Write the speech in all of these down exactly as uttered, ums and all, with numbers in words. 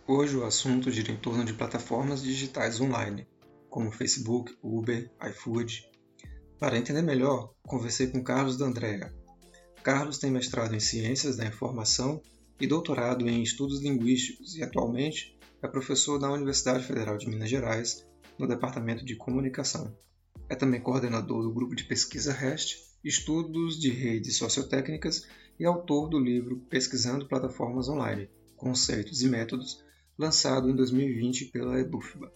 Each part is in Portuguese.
Hoje o assunto gira em torno de plataformas digitais online, como Facebook, Uber, iFood. Para entender melhor, conversei com Carlos D'Andrea. Carlos tem mestrado em Ciências da Informação e doutorado em Estudos Linguísticos e atualmente é professor da Universidade Federal de Minas Gerais, no Departamento de Comunicação. É também coordenador do grupo de pesquisa REST, Estudos de Redes Sociotécnicas e autor do livro Pesquisando Plataformas Online, Conceitos e Métodos, lançado em dois mil e vinte pela Edufba.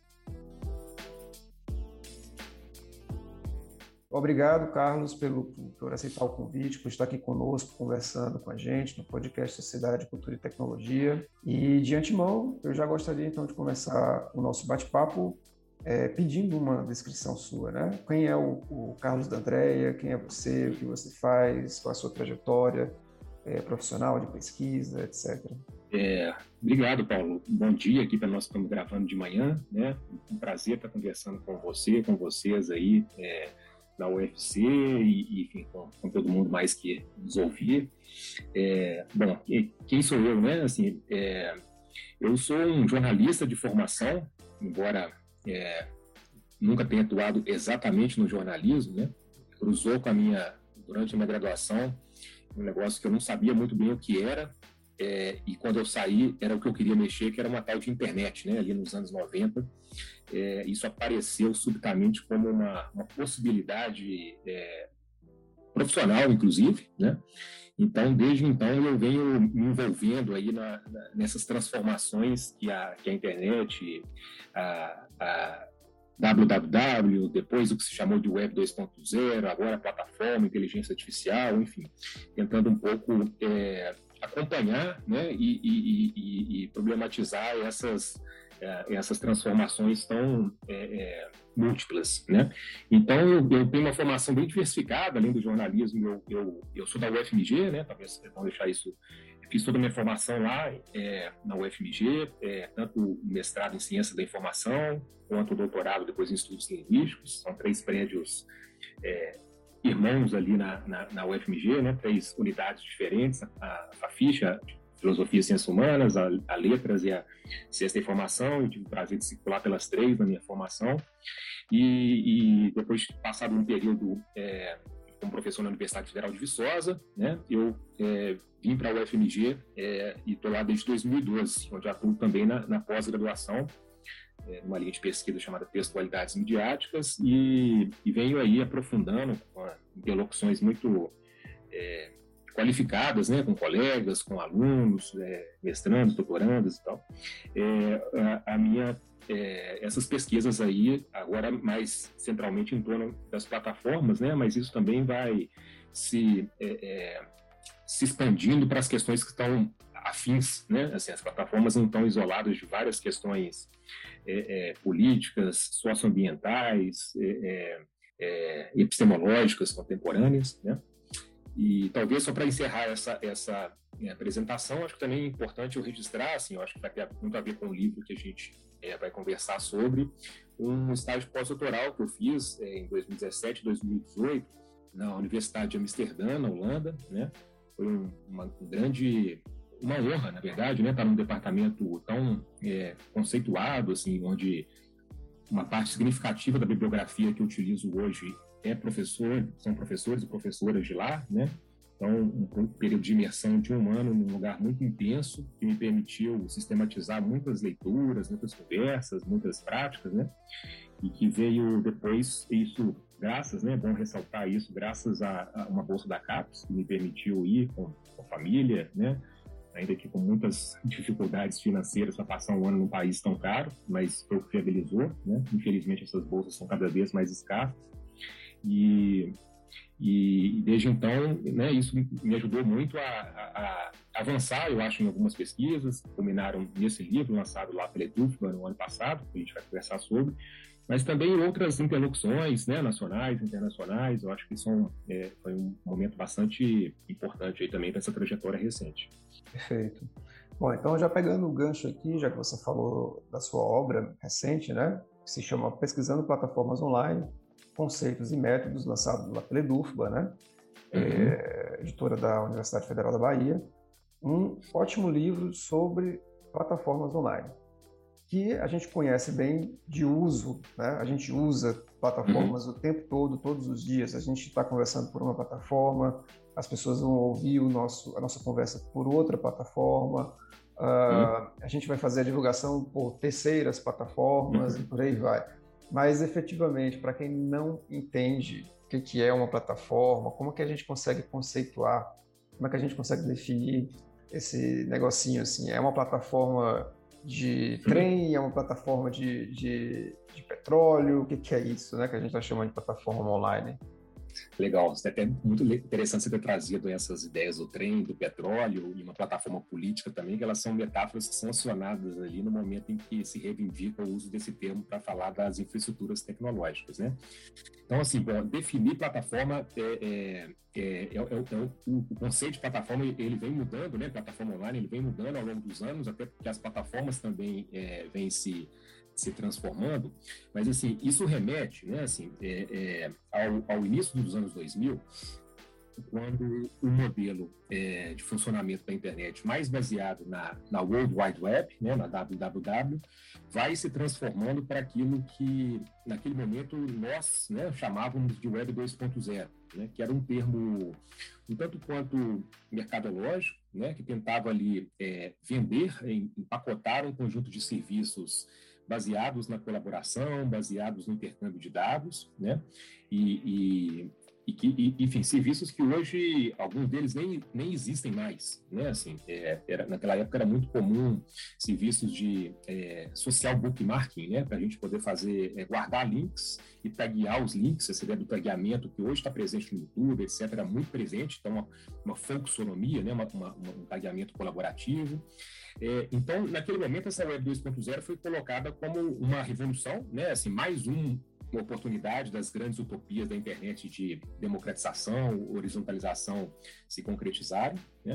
Obrigado, Carlos, pelo, por aceitar o convite, por estar aqui conosco, conversando com a gente no podcast Sociedade, Cultura e Tecnologia. E, de antemão, eu já gostaria, então, de começar o nosso bate-papo é, pedindo uma descrição sua, né? Quem é o, o Carlos D'Andrea? Quem é você? O que você faz? Qual a sua trajetória é, profissional, de pesquisa, etcétera? É, obrigado, Paulo. Bom dia aqui para nós que estamos gravando de manhã, né? Um prazer estar conversando com você, com vocês aí, é, da U F C e, enfim, com, com todo mundo mais que nos ouvir. É, bom, quem sou eu, né? Assim, é, eu sou um jornalista de formação, embora é, nunca tenha atuado exatamente no jornalismo, né? Cruzou com a minha, durante a minha graduação, um negócio que eu não sabia muito bem o que era, é, e quando eu saí, era o que eu queria mexer, que era uma tal de internet, né? Ali nos anos noventa. É, isso apareceu subitamente como uma, uma possibilidade é, profissional, inclusive, né? Então, desde então, eu venho me envolvendo aí na, na, nessas transformações que a, que a internet, a, a W W W, depois o que se chamou de Web dois ponto zero, agora a plataforma, inteligência artificial, enfim, tentando um pouco é, acompanhar, né, e, e, e, e problematizar essas essas transformações tão é, é, múltiplas, né? Então, eu, eu tenho uma formação bem diversificada, além do jornalismo, eu, eu, eu sou da U F M G, né? Talvez vão deixar isso... Eu fiz toda a minha formação lá é, na U F M G, é, tanto o mestrado em Ciência da Informação, quanto o doutorado depois em Estudos Linguísticos. São três prédios é, irmãos ali na, na, na U F M G, né? Três unidades diferentes, a, a ficha... Filosofia e Ciências Humanas, a, a Letras e a Ciência da Informação. Eu tive o prazer de circular pelas três na minha formação. E, e depois de passado um período é, como professor na Universidade Federal de Viçosa, né, eu é, vim para a U F M G é, e estou lá desde dois mil e doze, onde atuo também na, na pós-graduação, é, numa linha de pesquisa chamada Textualidades Midiáticas, e, e venho aí aprofundando com interlocuções muito... É, qualificadas, né, com colegas, com alunos, é, mestrandos, doutorandos e tal. É, a, a minha, é, essas pesquisas aí, agora mais centralmente em torno das plataformas, né, mas isso também vai se, é, é, se expandindo para as questões que estão afins, né, assim, as plataformas não estão isoladas de várias questões é, é, políticas, socioambientais, é, é, epistemológicas contemporâneas, né. E talvez só para encerrar essa, essa minha apresentação, acho que também é importante eu registrar, assim, eu acho que vai ter muito a ver com o livro que a gente é, vai conversar sobre, um estágio pós-doutoral que eu fiz é, em dois mil e dezessete, dois mil e dezoito, na Universidade de Amsterdã, na Holanda, né? Foi um, uma grande, uma honra, na verdade, né? Estar num departamento tão é, conceituado, assim, onde uma parte significativa da bibliografia que eu utilizo hoje é professor, são professores e professoras de lá, né? Então, um período de imersão de um ano num lugar muito intenso, que me permitiu sistematizar muitas leituras, muitas conversas, muitas práticas, né? E que veio depois, isso, graças, né? É bom ressaltar isso, graças a, a uma bolsa da CAPES, que me permitiu ir com, com a família, né? Ainda que com muitas dificuldades financeiras para passar um ano num país tão caro, mas foi o que viabilizou, né? Infelizmente, essas bolsas são cada vez mais escassas. E, e desde então, né, isso me ajudou muito a, a, a avançar, eu acho, em algumas pesquisas, que culminaram nesse livro lançado lá pela Edufba no ano passado, que a gente vai conversar sobre, mas também outras interlocuções, né, nacionais, internacionais. Eu acho que são, é, foi um momento bastante importante aí também para essa trajetória recente. Perfeito. Bom, então já pegando o gancho aqui, já que você falou da sua obra recente, né, que se chama Pesquisando Plataformas Online, Conceitos e Métodos, lançado lá pela Edufba, né? Uhum. É, editora da Universidade Federal da Bahia. Um ótimo livro sobre plataformas online, que a gente conhece bem de uso, né? A gente usa plataformas uhum. o tempo todo, todos os dias. A gente está conversando por uma plataforma, as pessoas vão ouvir o nosso, a nossa conversa por outra plataforma, uh, uhum. a gente vai fazer a divulgação por terceiras plataformas uhum. e por aí vai. Mas, efetivamente, para quem não entende o que, que é uma plataforma, como é que a gente consegue conceituar, como é que a gente consegue definir esse negocinho assim? É uma plataforma de trem, é uma plataforma de, de, de petróleo, o que, que é isso, né, que a gente está chamando de plataforma online? Legal, é até muito interessante você ter trazido essas ideias do trem, do petróleo e uma plataforma política também, que elas são metáforas sancionadas ali no momento em que se reivindica o uso desse termo para falar das infraestruturas tecnológicas, né? Então, assim, bom, definir plataforma, é, é, é, é, é, é o, o conceito de plataforma, ele vem mudando, né? Plataforma online, ele vem mudando ao longo dos anos, até porque as plataformas também é, vêm se se transformando, mas assim, isso remete, né, assim, é, é, ao, ao início dos anos dois mil, quando o modelo é, de funcionamento da internet mais baseado na, na World Wide Web, né, na W W W, vai se transformando para aquilo que, naquele momento, nós, né, chamávamos de Web dois ponto zero, né, que era um termo um tanto quanto mercadológico, né, que tentava ali é, vender, empacotar um conjunto de serviços baseados na colaboração, baseados no intercâmbio de dados, né? E, e, e que, e, enfim, serviços que hoje, alguns deles nem, nem existem mais, né? Assim, é, era, naquela época era muito comum serviços de é, social bookmarking, né? Para a gente poder fazer, é, guardar links e taguear os links, essa ideia do tagueamento que hoje está presente no YouTube, etcétera, era muito presente, então uma, uma folksonomia, né? Uma, uma, um tagueamento colaborativo. É, então, naquele momento, essa Web dois ponto zero foi colocada como uma revolução, né? Assim, mais um, uma oportunidade das grandes utopias da internet de democratização, horizontalização se concretizarem, né?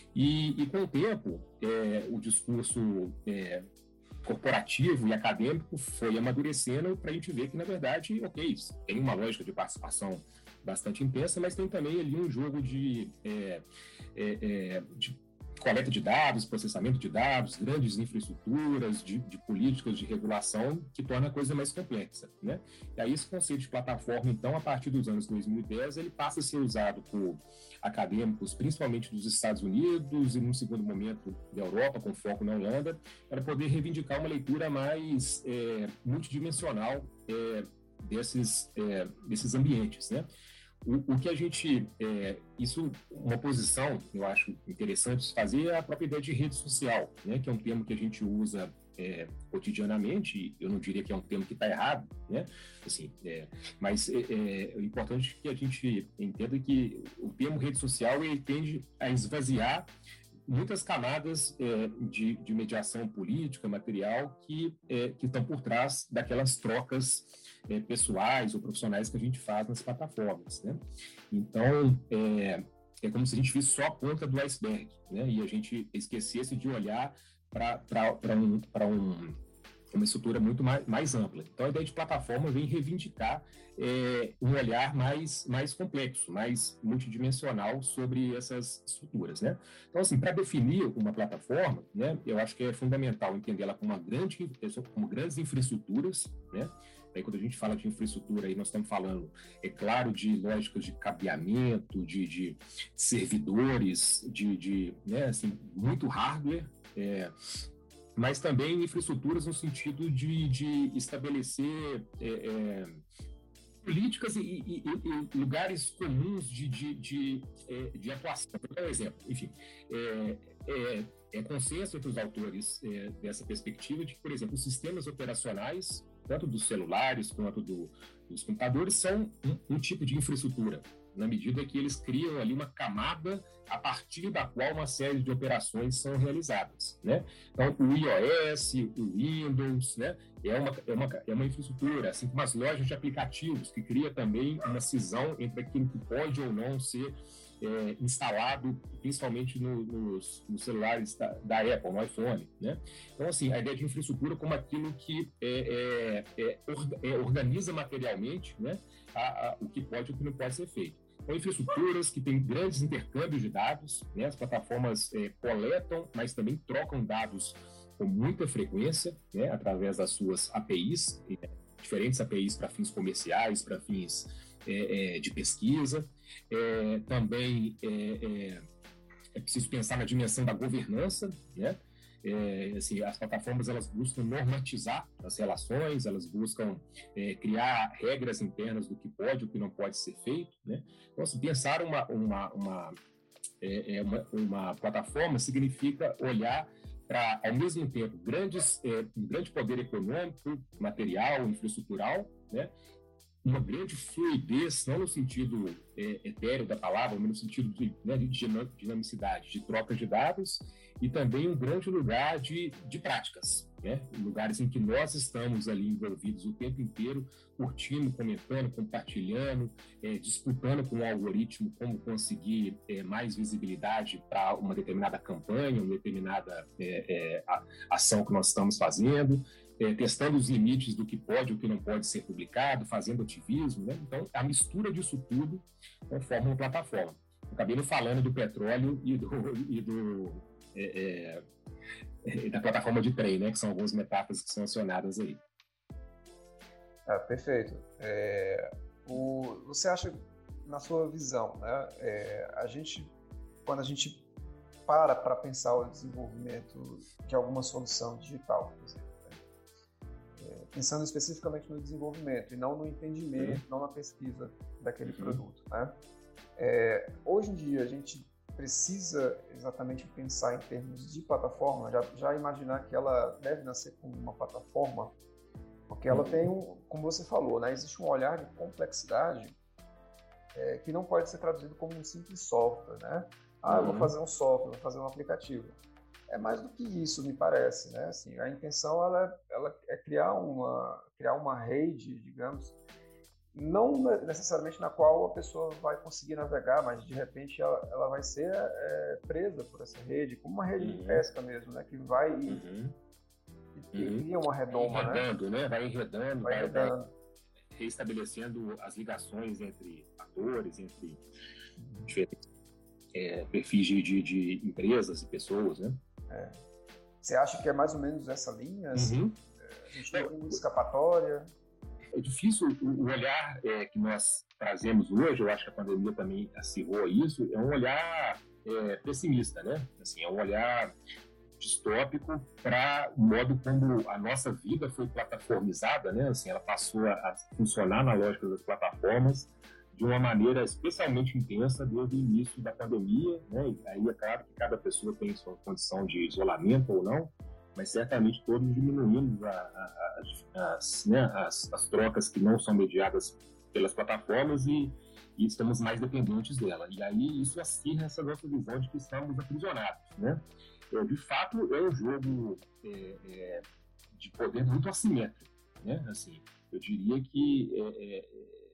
E, e com o tempo, é, o discurso é, corporativo e acadêmico foi amadurecendo para a gente ver que, na verdade, ok, tem uma lógica de participação bastante intensa, mas tem também ali um jogo de, é, é, é, de coleta de dados, processamento de dados, grandes infraestruturas, de, de políticas de regulação, que torna a coisa mais complexa, né? E aí esse conceito de plataforma, então, a partir dos anos dois mil e dez, ele passa a ser usado por acadêmicos, principalmente dos Estados Unidos e, num segundo momento, da Europa, com foco na Holanda, para poder reivindicar uma leitura mais é, multidimensional é, desses, é, desses ambientes, né? O, o que a gente, é, isso, uma posição, eu acho interessante fazer é a própria ideia de rede social, né, que é um termo que a gente usa é, cotidianamente, eu não diria que é um termo que está errado, né, assim, é, mas é, é, o importante é que a gente entenda que o termo rede social, ele tende a esvaziar muitas camadas é, de, de mediação política, material, que, é, que estão por trás daquelas trocas é, pessoais ou profissionais que a gente faz nas plataformas, né? Então, é, é como se a gente visse só a ponta do iceberg, né? E a gente esquecesse de olhar para um, um, uma estrutura muito mais, mais ampla. Então, a ideia de plataforma vem reivindicar é, um olhar mais, mais complexo, mais multidimensional sobre essas estruturas, né? Então, assim, para definir uma plataforma, né, eu acho que é fundamental entender ela como, uma grande, como grandes infraestruturas, né? Aí, quando a gente fala de infraestrutura, aí nós estamos falando, é claro, de lógicas de cabeamento, de, de servidores, de, de né, assim, muito hardware, é, mas também infraestruturas no sentido de, de estabelecer é, é, políticas e, e, e lugares comuns de, de, de, de atuação. Vou dar um exemplo. Enfim, é, é, é consenso entre os autores é, dessa perspectiva de que, por exemplo, os sistemas operacionais, tanto dos celulares quanto do, dos computadores, são um, um tipo de infraestrutura, na medida que eles criam ali uma camada a partir da qual uma série de operações são realizadas, né? Então, o iOS, o Windows, né, é uma, é uma, é uma infraestrutura, assim como as lojas de aplicativos, que cria também uma cisão entre aquilo que pode ou não ser é, instalado, principalmente no, nos, nos celulares da, da Apple, no iPhone, né? Então, assim, a ideia de infraestrutura como aquilo que é, é, é, é, organiza materialmente, né, a, a, o que pode e o que não pode ser feito. Então, infraestruturas que têm grandes intercâmbios de dados, né? As plataformas é, coletam, mas também trocam dados com muita frequência, né, através das suas A P Is, diferentes A P Is para fins comerciais, para fins é, é, de pesquisa. É, também é, é, é preciso pensar na dimensão da governança, né? É, assim, as plataformas elas buscam normatizar as relações, elas buscam é, criar regras internas do que pode e o que não pode ser feito, né? Então, assim, pensar uma, uma, uma, é, é uma, uma plataforma significa olhar para, ao mesmo tempo, grandes, é, um grande poder econômico, material, infraestrutural, né? Uma grande fluidez, não no sentido é, etéreo da palavra, mas no sentido de, né, de dinamicidade, de troca de dados, e também um grande lugar de, de práticas, né? Lugares em que nós estamos ali envolvidos o tempo inteiro, curtindo, comentando, compartilhando, é, disputando com o algoritmo como conseguir é, mais visibilidade para uma determinada campanha, uma determinada é, é, a, ação que nós estamos fazendo, é, testando os limites do que pode e o que não pode ser publicado, fazendo ativismo, né? Então, a mistura disso tudo forma uma plataforma. Eu acabei não falando do petróleo e do... E do É, é, da plataforma de trem, né, que são algumas metáforas que são acionadas aí. Ah, perfeito. É, o, você acha, na sua visão, né, é, a gente, quando a gente para para pensar o desenvolvimento de alguma solução digital, por exemplo, né, é, pensando especificamente no desenvolvimento e não no entendimento, uhum. não na pesquisa daquele uhum. produto, né? É, hoje em dia a gente precisa exatamente pensar em termos de plataforma, já, já imaginar que ela deve nascer como uma plataforma, porque ela tem, um, como você falou, né, existe um olhar de complexidade é, que não pode ser traduzido como um simples software, né? Ah, eu vou fazer um software, vou fazer um aplicativo. É mais do que isso, me parece, né? Assim, a intenção ela, ela é criar uma, criar uma rede, digamos, não necessariamente na qual a pessoa vai conseguir navegar, mas de repente ela, ela vai ser é, presa por essa rede, como uma rede uhum. de pesca mesmo, né? Que vai e, uhum. e, e cria uma redoma, enredando, né? né? Vai enredando, vai, vai, vai reestabelecendo as ligações entre atores, entre uhum. diferentes é, perfis de, de, de empresas e pessoas, né? É. Você acha que é mais ou menos essa linha? Assim? Uhum. A gente não tem muita escapatória? É difícil o olhar é, que nós trazemos hoje, eu acho que a pandemia também acirrou isso, é um olhar é, pessimista, né? Assim, é um olhar distópico para o modo como a nossa vida foi plataformizada, né? Assim, ela passou a funcionar na lógica das plataformas de uma maneira especialmente intensa desde o início da pandemia, né? E aí é claro que cada pessoa tem sua condição de isolamento ou não, mas certamente todos diminuímos a, a, a, as, né, as, as trocas que não são mediadas pelas plataformas e, e estamos mais dependentes dela. E aí isso acirra essa nossa visão de que estamos aprisionados, né? É, de fato, é um jogo é, é, de poder muito assimétrico, né? Assim, eu diria que é,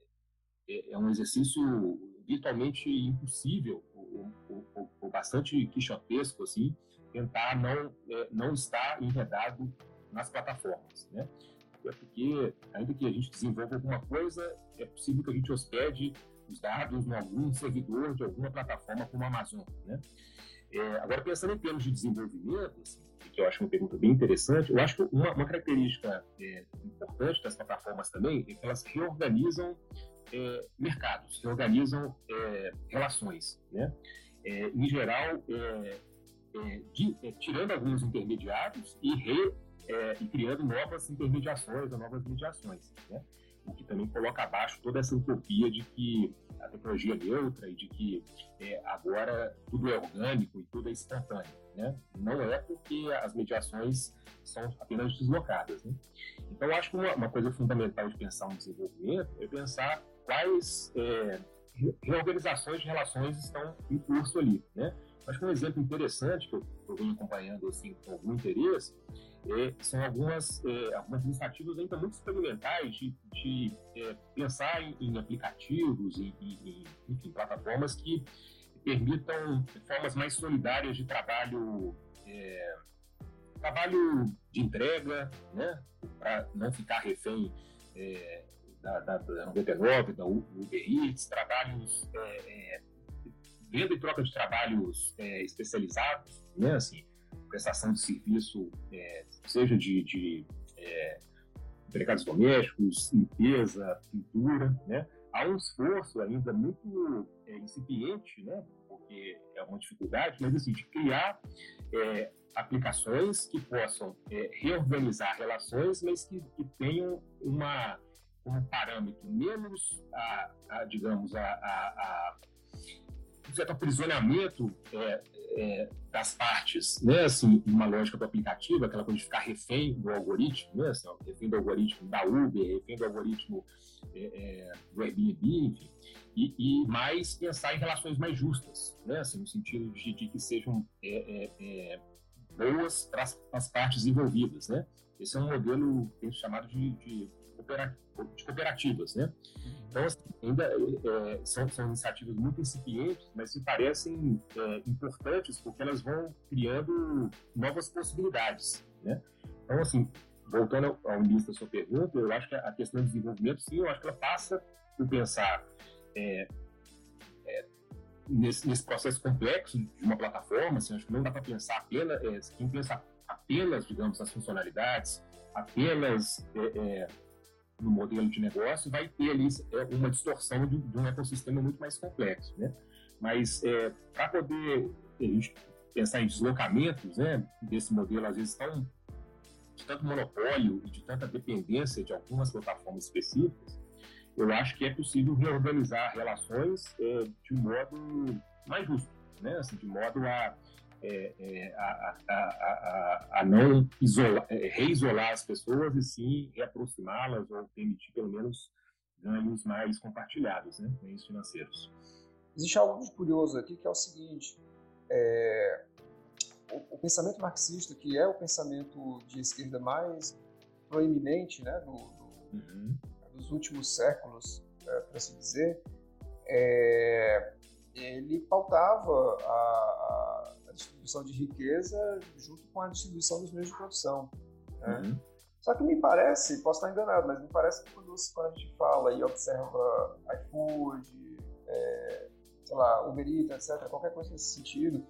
é, é um exercício virtualmente impossível, ou, ou, ou, ou bastante quixotesco, assim, tentar não, é, não estar enredado nas plataformas, né? É porque, ainda que a gente desenvolva alguma coisa, é possível que a gente hospede os dados em algum servidor de alguma plataforma como a Amazon, né? É, agora, pensando em termos de desenvolvimento, assim, que eu acho uma pergunta bem interessante, eu acho que uma, uma característica é, importante das plataformas também é que elas reorganizam é, mercados, reorganizam é, relações, né? É, em geral, é, É, de, é, tirando alguns intermediários e, re, é, e criando novas intermediações ou novas mediações, né? O que também coloca abaixo toda essa utopia de que a tecnologia é neutra e de que é, agora tudo é orgânico e tudo é espontâneo, né? Não é porque as mediações são apenas deslocadas, né? Então, eu acho que uma, uma coisa fundamental de pensar um desenvolvimento é pensar quais é, reorganizações de relações estão em curso ali, né? Acho que um exemplo interessante que eu, eu venho acompanhando assim, com algum interesse é, são algumas, é, algumas iniciativas ainda muito experimentais de, de é, pensar em, em aplicativos e, e, enfim, plataformas que permitam formas mais solidárias de trabalho, é, trabalho de entrega, né, para não ficar refém é, da, da, da noventa e nove, da Uber Eats, trabalhos... É, é, venda e troca de trabalhos é, especializados, né, assim, prestação de serviço, é, seja de, de é, empregados domésticos, limpeza, pintura, né? Há um esforço ainda muito é, incipiente, né? Porque é uma dificuldade, mas assim, de criar é, aplicações que possam é, reorganizar relações, mas que, que tenham uma, um parâmetro menos, a, a, digamos, a, a, a um certo aprisionamento é, é, das partes, né? Assim, uma lógica do aplicativo, aquela coisa de ficar refém do algoritmo, né? Assim, refém do algoritmo da Uber, refém do algoritmo é, é, do Airbnb, enfim, e, e mais pensar em relações mais justas, né? Assim, no sentido de, de que sejam é, é, é, boas para as partes envolvidas, né? Esse é um modelo que a gente chamado de, de, de cooperativas, né? Então, assim, ainda é, são, são iniciativas muito incipientes, mas me parecem é, importantes porque elas vão criando novas possibilidades, né? Então, assim, voltando ao início da sua pergunta, eu acho que a questão do desenvolvimento, sim, eu acho que ela passa por pensar é, é, nesse, nesse processo complexo de uma plataforma, assim, acho que não dá para pensar apenas, é, quem pensa apenas, digamos, nas funcionalidades, apenas é, é, no modelo de negócio, vai ter ali é, uma distorção de, de um ecossistema muito mais complexo, né? Mas é, para poder a gente pensar em deslocamentos, né, desse modelo, às vezes tão de tanto monopólio e de tanta dependência de algumas plataformas específicas, eu acho que é possível reorganizar relações é, de um modo mais justo, né? Assim, de modo a, é, é, a, a, a, a não isolar, é, reisolar as pessoas e sim reaproximá-las ou permitir pelo menos ganhos mais compartilhados, né? Ganhos financeiros. Existe algo de curioso aqui que é o seguinte, é, o, o pensamento marxista, que é o pensamento de esquerda mais proeminente, né, do, do, uhum. dos últimos séculos, é, para se dizer, é, ele pautava a, a distribuição de riqueza junto com a distribuição dos meios de produção, né? Uhum. Só que me parece, posso estar enganado, mas me parece que quando, quando a gente fala e observa iFood, é, sei lá, Uber Eats, etcétera, qualquer coisa nesse sentido,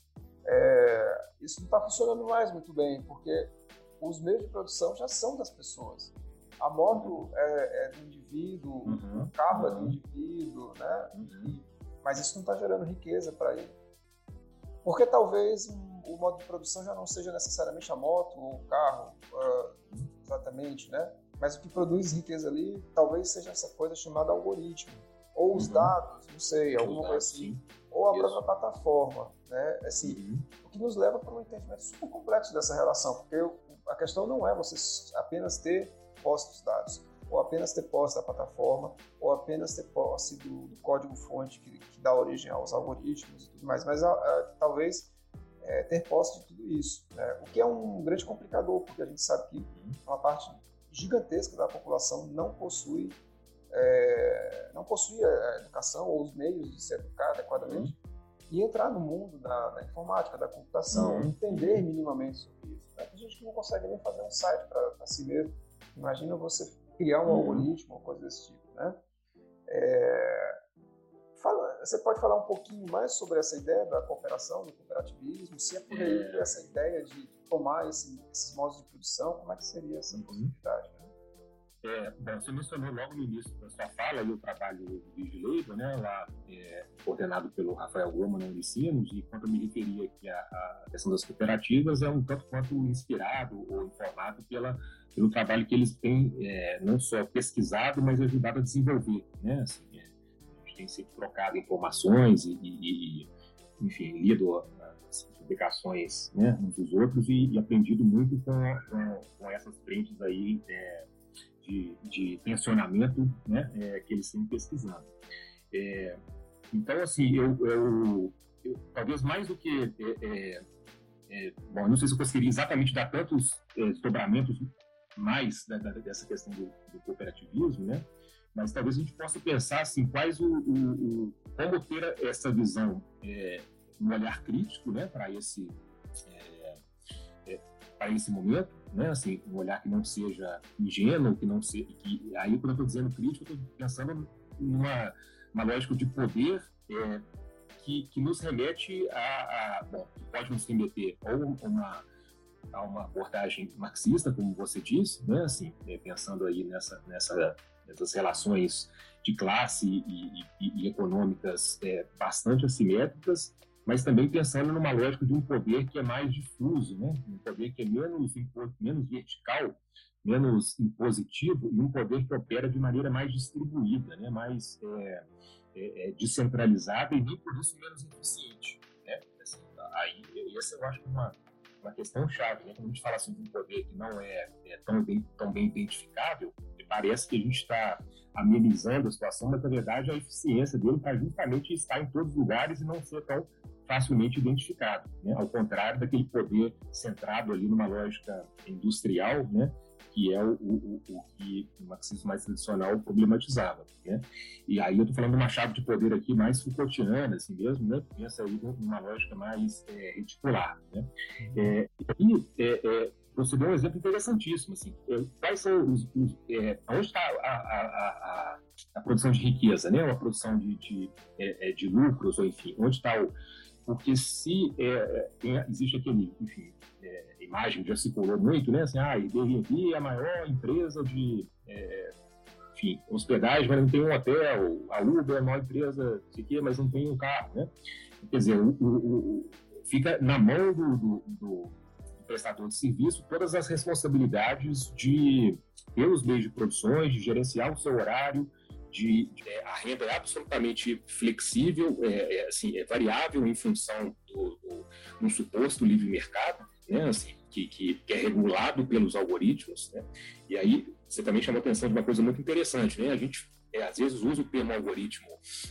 é, isso não está funcionando mais muito bem, porque os meios de produção já são das pessoas. A moto é, é do indivíduo, uhum. o carro uhum. é do indivíduo, né? Uhum. E, mas isso não está gerando riqueza para ele. Porque talvez um, o modo de produção já não seja necessariamente a moto ou o carro, uh, exatamente, né? Mas o que produz riqueza ali talvez seja essa coisa chamada algoritmo. Ou os uhum. dados, não sei, alguma coisa assim. Sim. Ou a Isso. própria plataforma, né? Assim, uhum. o que nos leva para um entendimento super complexo dessa relação, porque a questão não é você apenas ter posse dos dados, ou apenas ter posse da plataforma, ou apenas ter posse do, do código-fonte que, que dá origem aos algoritmos e tudo mais, mas a, a, talvez é, ter posse de tudo isso, né? O que é um grande complicador, porque a gente sabe que uma parte gigantesca da população não possui É, não possui a educação ou os meios de se educar adequadamente uhum. e entrar no mundo da, da informática, da computação, uhum. entender minimamente sobre isso. Né? Tem gente que não consegue nem fazer um site para si mesmo. Imagina você criar um uhum. algoritmo, uma coisa desse tipo. Né? É, fala, você pode falar um pouquinho mais sobre essa ideia da cooperação, do cooperativismo, se é por aí é. essa ideia de tomar esse, esses modos de produção, como é que seria essa uhum. possibilidade? Né? É, bom, você mencionou logo no início da sua fala aí o trabalho do DigiLabor, né, lá é, coordenado pelo Rafael Goma na Unicinos, e quando eu me referi aqui à, à questão das cooperativas, é um tanto quanto inspirado ou informado pela, pelo trabalho que eles têm é, não só pesquisado, mas ajudado a desenvolver, né, assim, é, a gente tem sempre trocado informações e, e, e enfim, lido as publicações, né, uns dos outros e, e aprendido muito com, com, com essas frentes aí, é, De, de pensionamento, né, é, que eles têm pesquisando. É, então, assim, eu, eu, eu, talvez mais do que... É, é, é, bom, eu não sei se eu conseguiria exatamente dar tantos é, desdobramentos mais da, da, dessa questão do, do cooperativismo, né, mas talvez a gente possa pensar assim, quais o, o, o como ter essa visão, é, um olhar crítico, né, para esse, é, é, para esse momento, né, assim, um olhar que não seja ingênuo, que não seja, que aí quando eu estou dizendo crítico, eu estou pensando numa uma lógica de poder é, que, que nos remete a, a bom, pode nos remeter ou uma, a uma abordagem marxista, como você disse, né, assim, né, pensando aí nessa, nessa, nessas relações de classe e, e, e econômicas é, bastante assimétricas, mas também pensando numa lógica de um poder que é mais difuso, né, um poder que é menos, menos vertical, menos impositivo, e um poder que opera de maneira mais distribuída, né, mais é, é, descentralizada e nem por isso menos eficiente, né? Assim, aí, essa eu acho que é uma, uma questão chave, né? Quando a gente fala assim de um poder que não é, é tão, bem, tão bem identificável, parece que a gente está amenizando a situação, mas na verdade a eficiência dele está justamente estar em todos os lugares e não ser tão facilmente identificado, né? Ao contrário daquele poder centrado ali numa lógica industrial, né? Que é o, o, o que o marxismo mais tradicional problematizava, né? E aí eu estou falando de uma chave de poder aqui mais Foucaultiana, assim mesmo, né? Pensa aí numa lógica mais é, reticular, né? É, e é, é, você deu um exemplo interessantíssimo, assim, é, quais são os, os é, onde está a, a, a, a produção de riqueza, né? Uma produção de, de, é, de lucros, ou enfim, onde está o... Porque se é, é, existe aquele, enfim, é, imagem que já circulou muito, né? Assim, ah, a Airbnb é a maior empresa de, é, enfim, hospedagem, mas não tem um hotel. A Uber é a maior empresa, não sei o quê, mas não tem um carro, né? Quer dizer, o, o, o, fica na mão do, do, do prestador de serviço todas as responsabilidades de ter os meios de produção, de gerenciar o seu horário, de, de é, a renda é absolutamente flexível, é, é, assim, é variável em função do, do, do suposto livre mercado, né, assim, que, que, que é regulado pelos algoritmos, né? E aí você também chamou a atenção de uma coisa muito interessante, né? A gente é, às vezes usa o termo algoritmo,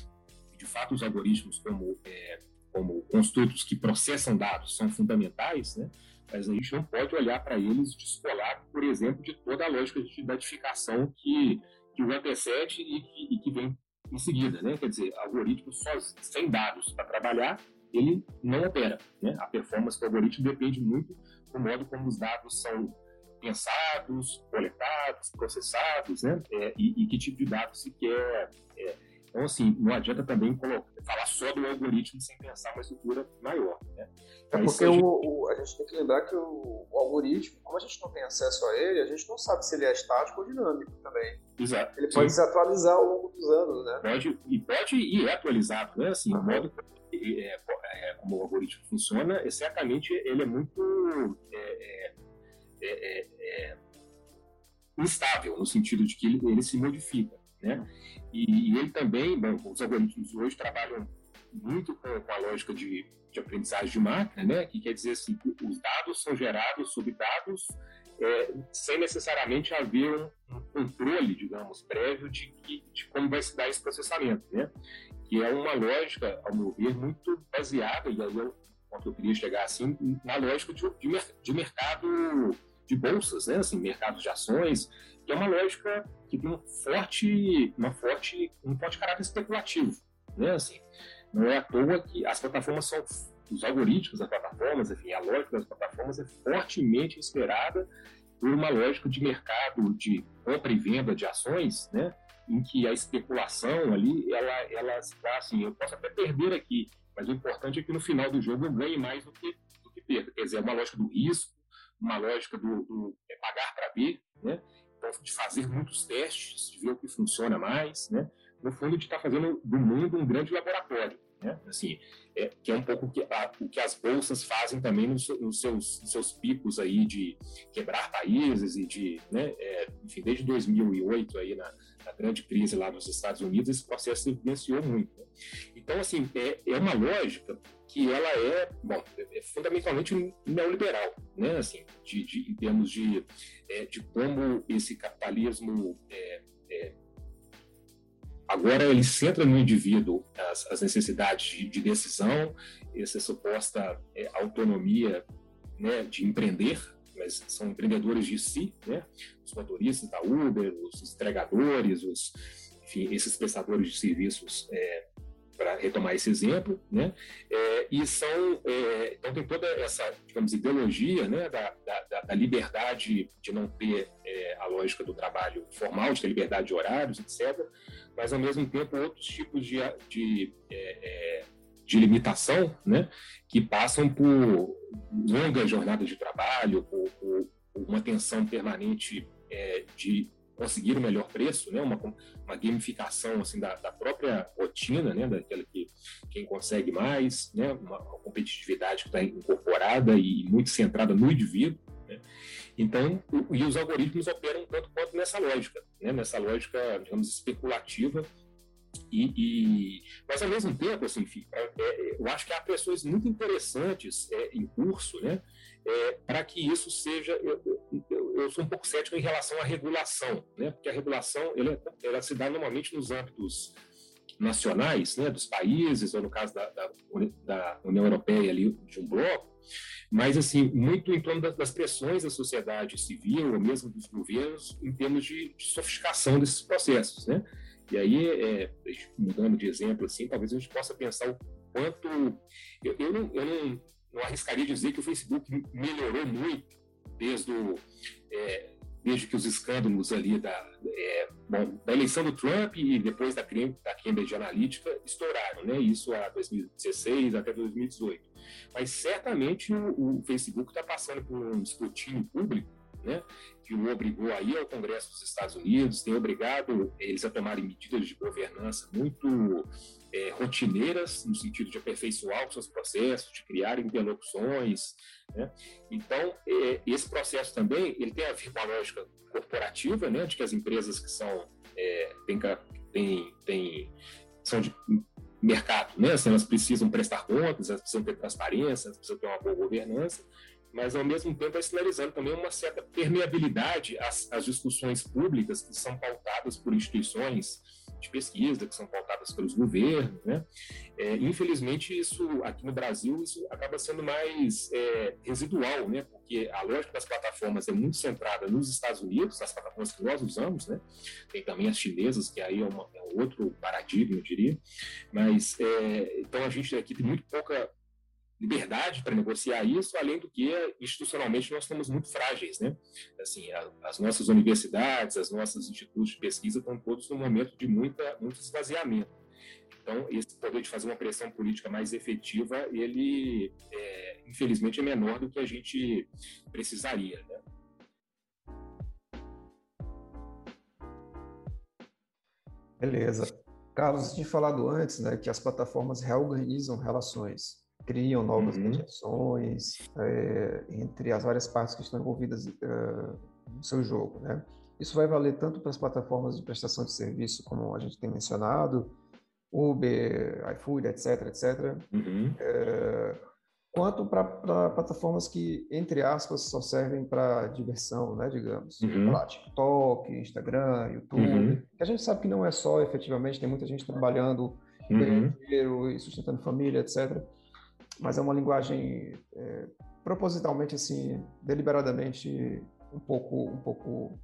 de fato os algoritmos como, é, como construtos que processam dados são fundamentais, né? Mas a gente não pode olhar para eles descolado, por exemplo, de toda a lógica de datificação que que o antecede e que, e que vem em seguida, né? Quer dizer, algoritmo só, sem dados para trabalhar, ele não opera, né? A performance do algoritmo depende muito do modo como os dados são pensados, coletados, processados, né? É, e, e que tipo de dados se quer. É. Então, assim, não adianta também colocar, falar só do algoritmo sem pensar uma estrutura maior, né? É porque o, o, a gente tem que lembrar que o, o algoritmo, como a gente não tem acesso a ele, a gente não sabe se ele é estático ou dinâmico também. Exato. Ele pode Sim. se atualizar ao longo dos anos, né? Pode, e pode e é atualizado, né? Assim, uhum. O modo é, é, como o algoritmo funciona, certamente ele é muito é, é, é, é, instável, no sentido de que ele, ele se modifica, né? E, e ele também, bom, os algoritmos hoje trabalham muito com, com a lógica de, de aprendizagem de máquina, né? Que quer dizer assim, os dados são gerados sobre dados é, sem necessariamente haver um, um controle, digamos, prévio de, que, de como vai se dar esse processamento, né? Que é uma lógica, ao meu ver, muito baseada, e aí eu, quando eu queria chegar assim, na lógica de, de, de mercado de bolsas, né? Assim, mercados de ações, que é uma lógica que tem um forte, uma forte, um forte caráter especulativo, né? Assim, não é à toa que as plataformas são, os algoritmos das plataformas, enfim, a lógica das plataformas é fortemente inspirada por uma lógica de mercado de compra e venda de ações, né? Em que a especulação ali, ela, ela se dá assim, eu posso até perder aqui, mas o importante é que no final do jogo eu ganhe mais do que, do que perda. Quer dizer, é uma lógica do risco, uma lógica do, do é pagar para ver, né? Então, de fazer muitos testes, de ver o que funciona mais, né? No fundo, de estar fazendo do mundo um grande laboratório, né? Assim, é, que é um pouco que a, o que as bolsas fazem também nos, nos, seus, nos seus picos aí de quebrar países e de, né, é, enfim, desde dois mil e oito aí na, na grande crise lá nos Estados Unidos, esse processo se evidenciou muito, né? Então, assim, é, é uma lógica que ela é, bom, é fundamentalmente neoliberal, né? Assim, de, de, em termos de, é, de como esse capitalismo é, é, agora ele centra no indivíduo as, as necessidades de, de decisão, essa suposta é, autonomia, né, de empreender, mas são empreendedores de si, né? Os motoristas da Uber, os entregadores, os, enfim, esses prestadores de serviços, é, para retomar esse exemplo, né? É, e são, é, então tem toda essa, digamos, ideologia, né, da, da, da liberdade de não ter é, a lógica do trabalho formal, de ter liberdade de horários, etcétera, mas ao mesmo tempo outros tipos de, de, é, de limitação, né, que passam por longas jornadas de trabalho, por, por, por uma tensão permanente é, de conseguir o melhor preço, né, uma, uma gamificação assim, da, da própria rotina, né, daquela que quem consegue mais, né, uma, uma competitividade que está incorporada e muito centrada no indivíduo, né. Então, o, e os algoritmos operam tanto quanto nessa lógica, né, nessa lógica, digamos, especulativa. E, e, mas, ao mesmo tempo, assim, é, é, eu acho que há pressões muito interessantes é, em curso, né, é, para que isso seja... Eu, eu, eu sou um pouco cético em relação à regulação, né, porque a regulação ela, ela se dá normalmente nos âmbitos nacionais, né, dos países, ou no caso da, da, da União Europeia, ali, de um bloco, mas, assim, muito em torno das pressões da sociedade civil, ou mesmo dos governos, em termos de, de sofisticação desses processos, né? E aí, é, mudando de exemplo, assim, talvez a gente possa pensar o quanto... Eu, eu, não, eu não, não arriscaria dizer que o Facebook melhorou muito desde, o, é, desde que os escândalos ali da, é, bom, da eleição do Trump e depois da, da Cambridge Analytica estouraram, né? Isso a dois mil e dezesseis até dois mil e dezoito. Mas certamente o, o Facebook está passando por um escrutínio público, né, que o obrigou a ir ao Congresso dos Estados Unidos, tem obrigado eles a tomarem medidas de governança muito é, rotineiras, no sentido de aperfeiçoar os seus processos, de criar interlocuções, né? Então, é, esse processo também ele tem a ver com a lógica corporativa, né, de que as empresas que são, é, tem, tem, tem, são de mercado, né, assim, elas precisam prestar contas, elas precisam ter transparência, elas precisam ter uma boa governança, mas, ao mesmo tempo, vai sinalizando também uma certa permeabilidade às, às discussões públicas que são pautadas por instituições de pesquisa, que são pautadas pelos governos, né? É, infelizmente, isso aqui no Brasil, isso acaba sendo mais é, residual, né? Porque a lógica das plataformas é muito centrada nos Estados Unidos, as plataformas que nós usamos, né? Tem também as chinesas, que aí é, uma, é um outro paradigma, eu diria. Mas, é, então, a gente aqui tem muito pouca liberdade para negociar isso, além do que, institucionalmente, nós estamos muito frágeis, né? Assim, a, as nossas universidades, as nossas institutos de pesquisa estão todos num momento de muita, muito esvaziamento. Então, esse poder de fazer uma pressão política mais efetiva, ele, é, infelizmente, é menor do que a gente precisaria, né? Beleza. Carlos, você tinha falado antes, né, que as plataformas reorganizam relações, criam novas Uhum. mediações é, entre as várias partes que estão envolvidas uh, no seu jogo, né? Isso vai valer tanto para as plataformas de prestação de serviço, como a gente tem mencionado, Uber, iFood, etc, et cetera, Uhum. é, quanto para plataformas que, entre aspas, só servem para diversão, né, digamos. Uhum. Lá, TikTok, Instagram, YouTube, Uhum. que a gente sabe que não é só, efetivamente, tem muita gente trabalhando, Uhum. ganhando dinheiro e sustentando família, et cetera, mas é uma linguagem é, propositalmente, assim, deliberadamente um pouco, um pouco,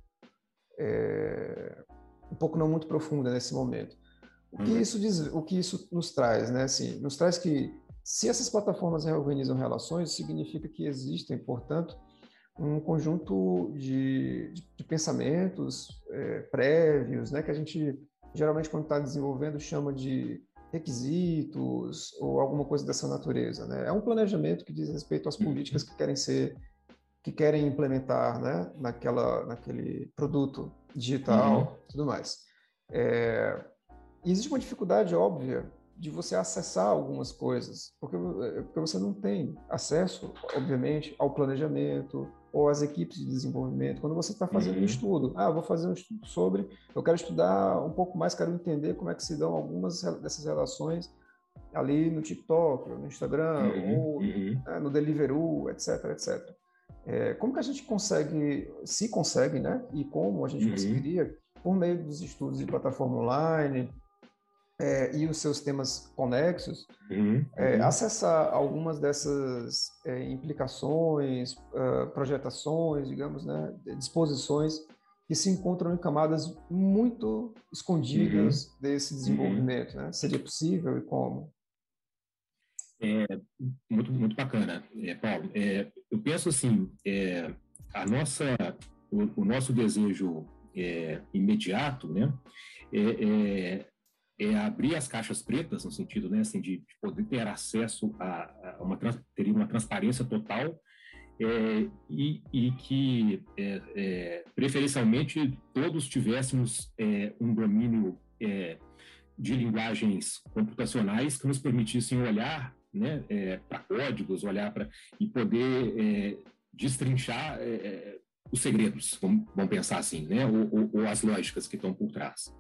é, um pouco não muito profunda nesse momento. O que isso diz, o que isso nos traz, né? Assim, nos traz que se essas plataformas reorganizam relações, significa que existem, portanto, um conjunto de, de, de pensamentos é, prévios, né? Que a gente geralmente quando está desenvolvendo chama de requisitos ou alguma coisa dessa natureza, né? É um planejamento que diz respeito às políticas que querem ser, que querem implementar, né? Naquela, naquele produto digital, Uhum. tudo mais. É, existe uma dificuldade óbvia de você acessar algumas coisas, porque, porque você não tem acesso, obviamente, ao planejamento ou às equipes de desenvolvimento. Quando você está fazendo Uhum. um estudo, ah, vou fazer um estudo sobre, eu quero estudar um pouco mais, quero entender como é que se dão algumas dessas relações ali no TikTok, no Instagram, Uhum. ou Uhum. né, no Deliveroo, etc, et cetera. É, como que a gente consegue, se consegue, né, e como a gente Uhum. conseguiria, por meio dos estudos de plataforma online, É, e os seus temas conexos, Uhum. é, Uhum. acessar algumas dessas é, implicações, uh, projetações, digamos, né, disposições que se encontram em camadas muito escondidas Uhum. desse Uhum. desenvolvimento, né? Seria possível e como? É, muito, muito bacana, é, Paulo. É, eu penso assim, é, a nossa, o, o nosso desejo é, imediato, né, é, é é abrir as caixas pretas, no sentido, né, assim, de, de poder ter acesso a, a uma, teria uma transparência total, é, e, e que, é, é, preferencialmente, todos tivéssemos é, um domínio é, de linguagens computacionais que nos permitissem olhar, né, é, para códigos, olhar para e poder é, destrinchar é, os segredos, vamos, vamos pensar assim, né, ou, ou, ou as lógicas que estão por trás.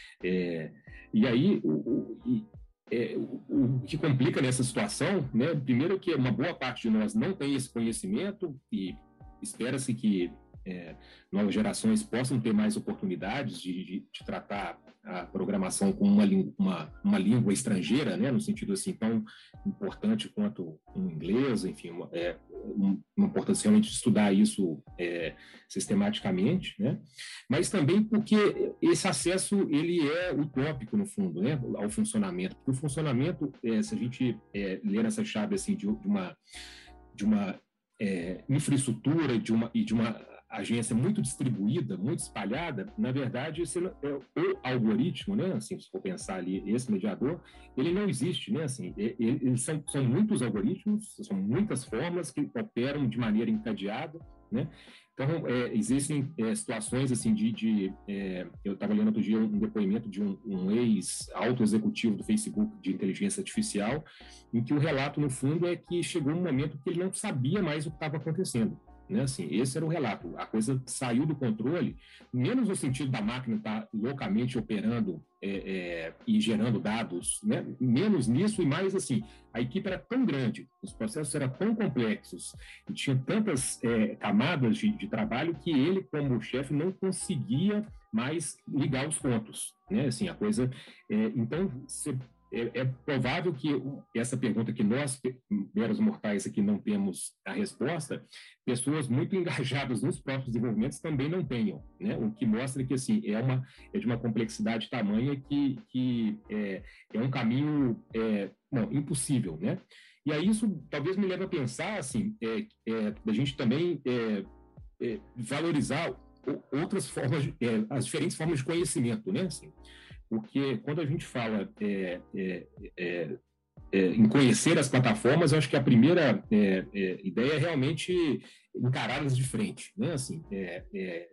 É, e aí, o, o, é, o, o que complica nessa situação, né, primeiro que uma boa parte de nós não tem esse conhecimento e espera-se que é, novas gerações possam ter mais oportunidades de, de, de tratar a programação como uma, uma, uma língua estrangeira, né, no sentido assim tão importante quanto o inglês, enfim, uma, é, uma importância realmente de estudar isso é, sistematicamente, né, mas também porque esse acesso ele é utópico no fundo, né, ao funcionamento, porque o funcionamento, é, se a gente é, ler essa chave assim de, de uma de uma é, infraestrutura de uma, e de uma agência muito distribuída, muito espalhada, na verdade, esse, é, o algoritmo, né, assim, se for pensar ali, esse mediador, ele não existe, né, assim, eles são, são muitos algoritmos, são muitas formas que operam de maneira encadeada, né, então, é, existem é, situações, assim, de, de é, eu estava lendo outro dia um depoimento de um, um ex-alto executivo do Facebook de inteligência artificial, em que o relato, no fundo, é que chegou um momento que ele não sabia mais o que estava acontecendo. Né, assim, esse era o relato, a coisa saiu do controle, menos no sentido da máquina estar loucamente operando é, é, e gerando dados, né, menos nisso e mais assim, a equipe era tão grande, os processos eram tão complexos e tinha tantas é, camadas de, de trabalho que ele, como chefe, não conseguia mais ligar os pontos, né, assim, a coisa, é, então, você É, é provável que essa pergunta que nós, meros mortais aqui, não temos a resposta, pessoas muito engajadas nos próprios desenvolvimentos também não tenham, né? O que mostra que, assim, é, uma, é de uma complexidade tamanha que, que é, é um caminho é, não, impossível, né? E aí isso talvez me leve a pensar, assim, é, é, a gente também é, é, valorizar outras formas, de, é, as diferentes formas de conhecimento, né? Assim, porque quando a gente fala é, é, é, é, em conhecer as plataformas, eu acho que a primeira é, é, ideia é realmente encará-las de frente, né? Assim, é, é,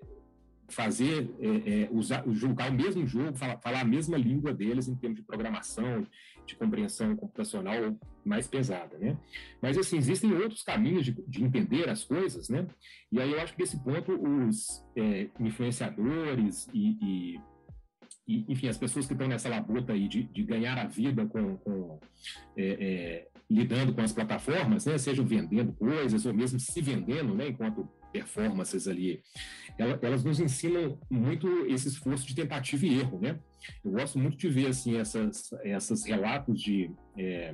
fazer, é, é, usar, jogar o mesmo jogo, falar, falar a mesma língua deles em termos de programação, de compreensão computacional mais pesada, né? Mas, assim, existem outros caminhos de, de entender as coisas, né? E aí eu acho que, nesse ponto, os é, influenciadores e, e E, enfim, as pessoas que estão nessa labuta aí de, de ganhar a vida com, com é, é, lidando com as plataformas, né, sejam vendendo coisas ou mesmo se vendendo, né, enquanto performances ali, elas nos ensinam muito esse esforço de tentativa e erro, né? Eu gosto muito de ver, assim, essas, essas relatos de, é,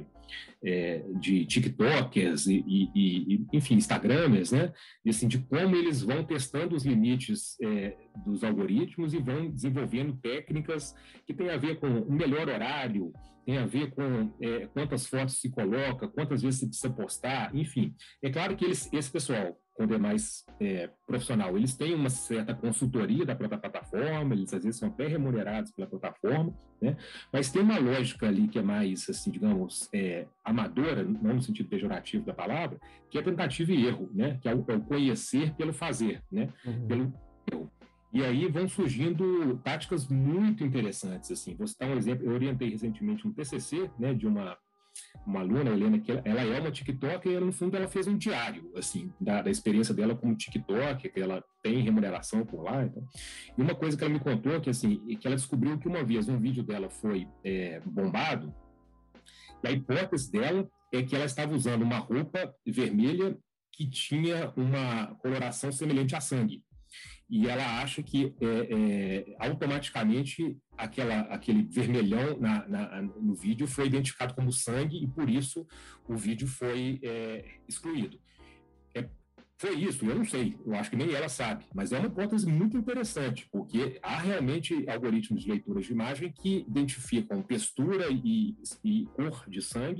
é, de TikTokers e, e, e, enfim, Instagramers, né? E, assim, de como eles vão testando os limites é, dos algoritmos e vão desenvolvendo técnicas que têm a ver com um melhor horário, tem a ver com é, quantas fotos se coloca, quantas vezes se precisa postar, enfim. É claro que eles, esse pessoal, quando é mais é, profissional, eles têm uma certa consultoria da própria plataforma, eles às vezes são até remunerados pela plataforma, né? Mas tem uma lógica ali que é mais, assim, digamos, é, amadora, não no sentido pejorativo da palavra, que é tentativa e erro, né? Que é o, é o conhecer pelo fazer, né? Uhum. Pelo erro. E aí vão surgindo táticas muito interessantes, assim. Vou citar um exemplo, eu orientei recentemente um T C C, né, de uma uma aluna, a Helena, que ela é uma TikToker e ela, no fundo ela fez um diário, assim, da, da experiência dela como TikToker, que ela tem remuneração por lá, então. E uma coisa que ela me contou, que assim, que ela descobriu que uma vez um vídeo dela foi é, bombado, e a hipótese dela é que ela estava usando uma roupa vermelha que tinha uma coloração semelhante a sangue. E ela acha que é, é, automaticamente aquela, aquele vermelhão na, na, no vídeo foi identificado como sangue e por isso o vídeo foi é, excluído. É, foi isso, eu não sei, eu acho que nem ela sabe, mas é uma hipótese muito interessante, porque há realmente algoritmos de leitura de imagem que identificam textura e, e cor de sangue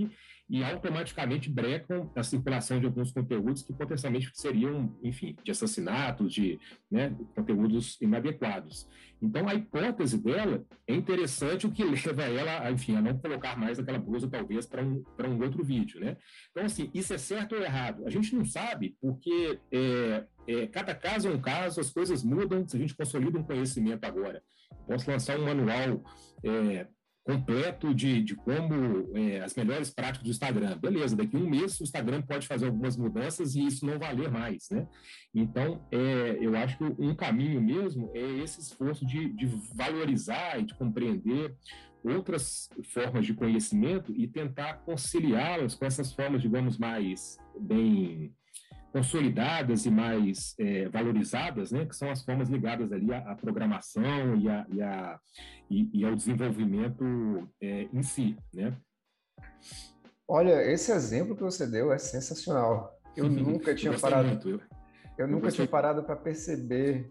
e automaticamente brecam a circulação de alguns conteúdos que potencialmente seriam, enfim, de assassinatos, de, né, conteúdos inadequados. Então, a hipótese dela é interessante, o que leva ela, a, enfim, a não colocar mais aquela blusa, talvez, para um, para um outro vídeo, né? Então, assim, isso é certo ou errado? A gente não sabe, porque é, é, cada caso é um caso, as coisas mudam, se a gente consolida um conhecimento agora. Posso lançar um manual é, completo de, de como é, as melhores práticas do Instagram. Beleza, daqui a um mês o Instagram pode fazer algumas mudanças e isso não valer mais, né? Então, é, eu acho que um caminho mesmo é esse esforço de, de valorizar e de compreender outras formas de conhecimento e tentar conciliá-las com essas formas, digamos, mais bem consolidadas e mais é, valorizadas, né, que são as formas ligadas ali à, à programação e, a, e, a, e, e ao desenvolvimento é, em si, né? Olha, esse exemplo que você deu é sensacional. Eu nunca tinha eu parado. Muito, eu, eu nunca eu tinha parado para perceber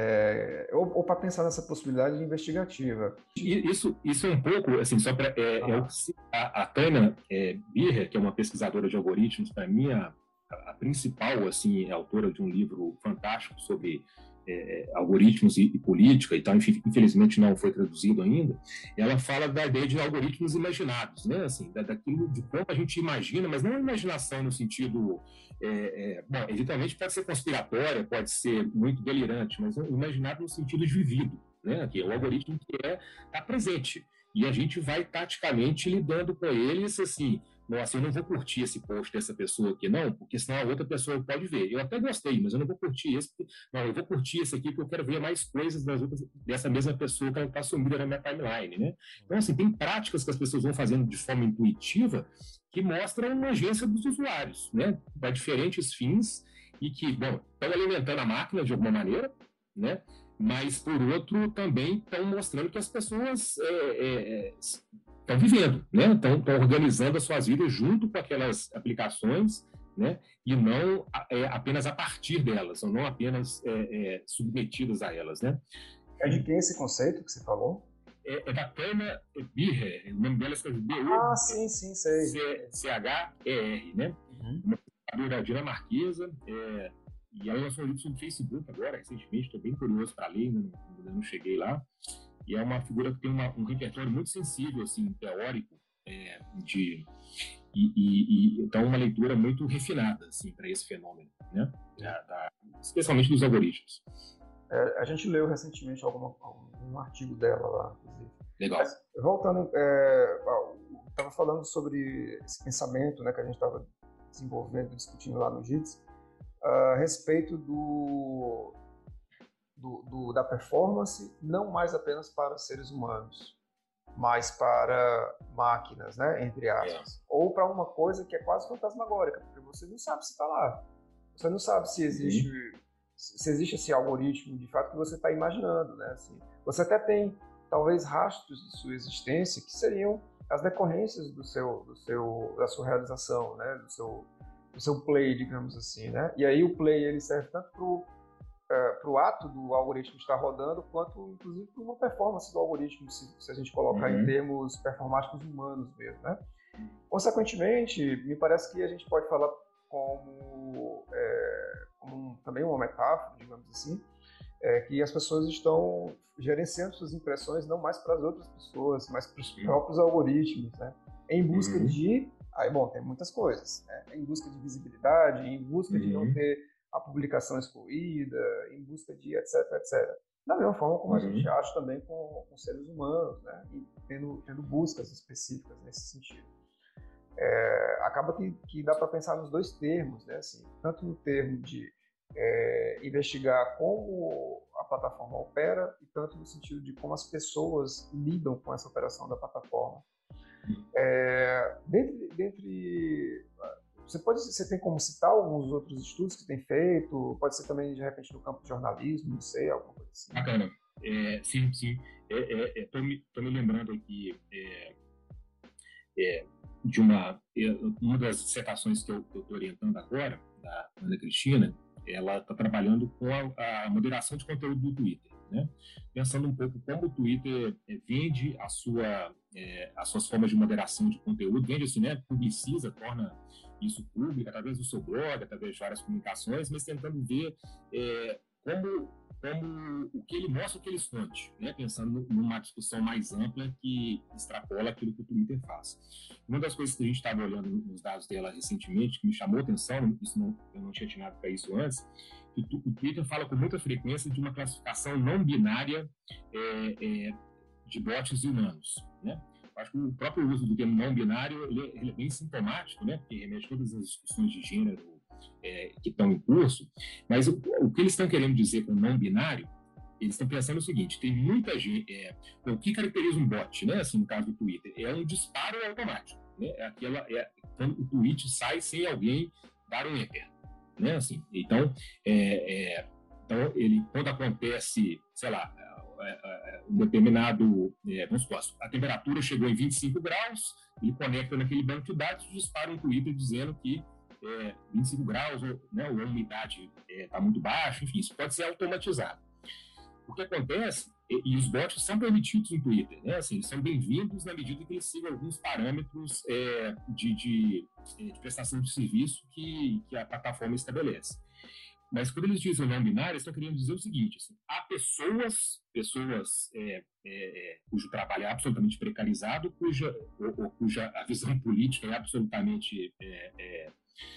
é, ou, ou para pensar nessa possibilidade investigativa. Isso, isso é um pouco, assim, só para é, ah. é, a, a Tânia é, Birrer, que é uma pesquisadora de algoritmos, para mim a a principal, assim, é autora de um livro fantástico sobre é, algoritmos e, e política e tal, enfim, infelizmente não foi traduzido ainda. Ela fala da ideia de algoritmos imaginados, né, assim, da, daquilo de como a gente imagina, mas não a imaginação no sentido, é, é, bom, evidentemente pode ser conspiratória, pode ser muito delirante, mas imaginado no sentido de vivido, né, que é o algoritmo que é, está presente, e a gente vai taticamente lidando com eles, assim, nossa, eu não vou curtir esse post dessa pessoa aqui, não, porque senão a outra pessoa pode ver. Eu até gostei, mas eu não vou curtir esse, porque, não, eu vou curtir esse aqui porque eu quero ver mais coisas das outras, dessa mesma pessoa que ela está sumida na minha timeline, né? Então, assim, tem práticas que as pessoas vão fazendo de forma intuitiva que mostram uma agência dos usuários, né? Para diferentes fins e que, bom, estão alimentando a máquina de alguma maneira, né? Mas, por outro, também estão mostrando que as pessoas é, é, estão vivendo, né? Estão, estão organizando as suas vidas junto com aquelas aplicações, né? E não é, apenas a partir delas, ou não apenas é, é, submetidas a elas, né? É de quem esse conceito que você falou? É, é da Tânia Birrer, o nome dela escreve B U Ah, sim, sim, sei. C H E R, né? Uhum. Uma pesquisadora dinamarquesa, é, e ela lançou um livro sobre Facebook agora, recentemente, estou bem curioso para ler, ainda não, ainda não cheguei lá. E é uma figura que tem uma, um repertório muito sensível, assim, teórico, é, de, e, e, e então uma leitura muito refinada, assim, para esse fenômeno, né? Da, da, especialmente dos algoritmos. É, a gente leu recentemente alguma, um artigo dela lá, inclusive. Legal. Mas, voltando, é, estava falando sobre esse pensamento, né, que a gente estava desenvolvendo, discutindo lá no JITS, a respeito do, do, do, da performance, não mais apenas para seres humanos, mas para máquinas, né, entre aspas. É. Ou para uma coisa que é quase fantasmagórica, porque você não sabe se está lá. Você não sabe se existe, uhum. se existe esse algoritmo de fato que você está imaginando, né? Assim, você até tem, talvez, rastros de sua existência que seriam as decorrências do seu, do seu, da sua realização, né? Do seu o seu play, digamos assim, né? E aí o play ele serve tanto para o uh, ato do algoritmo estar rodando, quanto, inclusive, para uma performance do algoritmo, se, se a gente colocar uhum. em termos performáticos humanos mesmo, né? Consequentemente, me parece que a gente pode falar como, é, como um, também uma metáfora, digamos assim, é, que as pessoas estão gerenciando suas impressões não mais para as outras pessoas, mas para os próprios algoritmos, né? Em busca uhum. de Aí, bom, tem muitas coisas, né? Em busca de visibilidade, em busca uhum. de não ter a publicação excluída, em busca de etc, etcétera. Da mesma forma como uhum. a gente acha também com, com seres humanos, né? E tendo, tendo buscas específicas nesse sentido. É, acaba que, que dá para pensar nos dois termos, né? Assim, tanto no termo de é, investigar como a plataforma opera, e tanto no sentido de como as pessoas lidam com essa operação da plataforma. É, dentre, dentre, você, pode, você tem como citar alguns outros estudos que tem feito? Pode ser também, de repente, no campo de jornalismo, não sei, alguma coisa assim. Bacana. É, sim, sim. Estou é, é, me, me lembrando aqui é, é, de uma, uma das dissertações que eu estou orientando agora, da Ana Cristina, ela está trabalhando com a, a moderação de conteúdo do Twitter, né? Pensando um pouco como o Twitter é, vende a sua, é, as suas formas de moderação de conteúdo, vende assim, né? Publiciza, torna isso público através do seu blog, através de várias comunicações, mas tentando ver é, como, como o que ele mostra, o que ele esconde, né? Pensando numa discussão mais ampla que extrapola aquilo que o Twitter faz. Uma das coisas que a gente estava olhando nos dados dela recentemente, que me chamou a atenção, isso não, eu não tinha atinado para isso antes, que o Twitter fala com muita frequência de uma classificação não binária é, é, de bots e humanos, né? Acho que o próprio uso do termo não binário ele é, ele é bem sintomático, né? Porque remete a todas as discussões de gênero é, que estão em curso, mas o, o que eles estão querendo dizer com não binário, eles estão pensando o seguinte: tem muita gente, é, o que caracteriza um bot, né? Assim, no caso do Twitter, é um disparo automático, né? É aquela, é, quando o tweet sai sem alguém dar um enter, né? Assim, então, é, é, então ele, quando acontece, sei lá, um determinado, é, vamos supor, a temperatura chegou em vinte e cinco graus, ele conecta naquele banco de dados e dispara um Twitter dizendo que é, vinte e cinco graus, né, ou a umidade está é, muito baixa, enfim, isso pode ser automatizado. O que acontece, e, e os bots são permitidos no Twitter, né, assim, eles são bem-vindos na medida que eles sigam alguns parâmetros é, de, de, de prestação de serviço que, que a plataforma estabelece. Mas quando eles dizem não binário, eles estão querendo dizer o seguinte: assim, há pessoas, pessoas é, é, cujo trabalho é absolutamente precarizado, cuja, ou, ou, cuja a visão política é absolutamente é, é,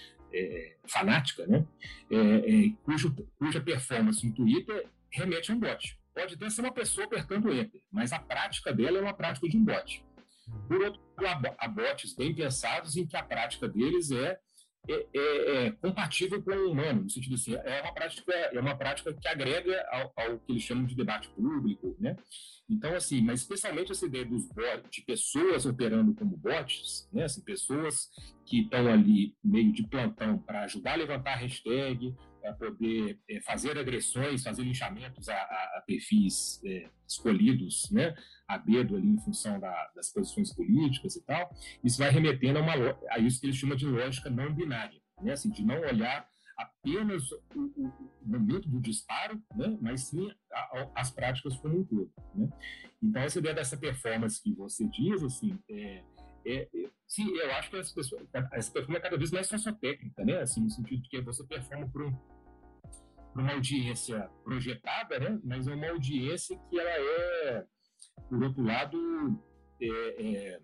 é, fanática, né? É, é, cujo, cuja performance no Twitter remete a um bot. Pode até ser uma pessoa apertando enter, mas a prática dela é uma prática de um bot. Por outro lado, há bots bem pensados em que a prática deles é É, é, é compatível com o humano, no sentido assim, é uma prática, é uma prática que agrega ao, ao que eles chamam de debate público, né? Então, assim, mas especialmente essa ideia dos bots, de pessoas operando como bots, né? Assim, pessoas que estão ali meio de plantão para ajudar a levantar a hashtag, para poder é, fazer agressões, fazer linchamentos a, a, a perfis é, escolhidos, né? A dedo ali em função da, das posições políticas e tal, isso vai remetendo a, uma, a isso que eles chamam de lógica não binária, né? Assim, de não olhar apenas o, o, o momento do disparo, né? Mas sim a, a, as práticas como um todo, né? Então, essa ideia dessa performance que você diz, assim, é, é, é, sim, eu acho que essa, pessoa, essa performance é cada vez mais sociotécnica, né? Assim, no sentido de que você performa por, um, por uma audiência projetada, né? Mas é uma audiência que ela é, por outro lado, é, é,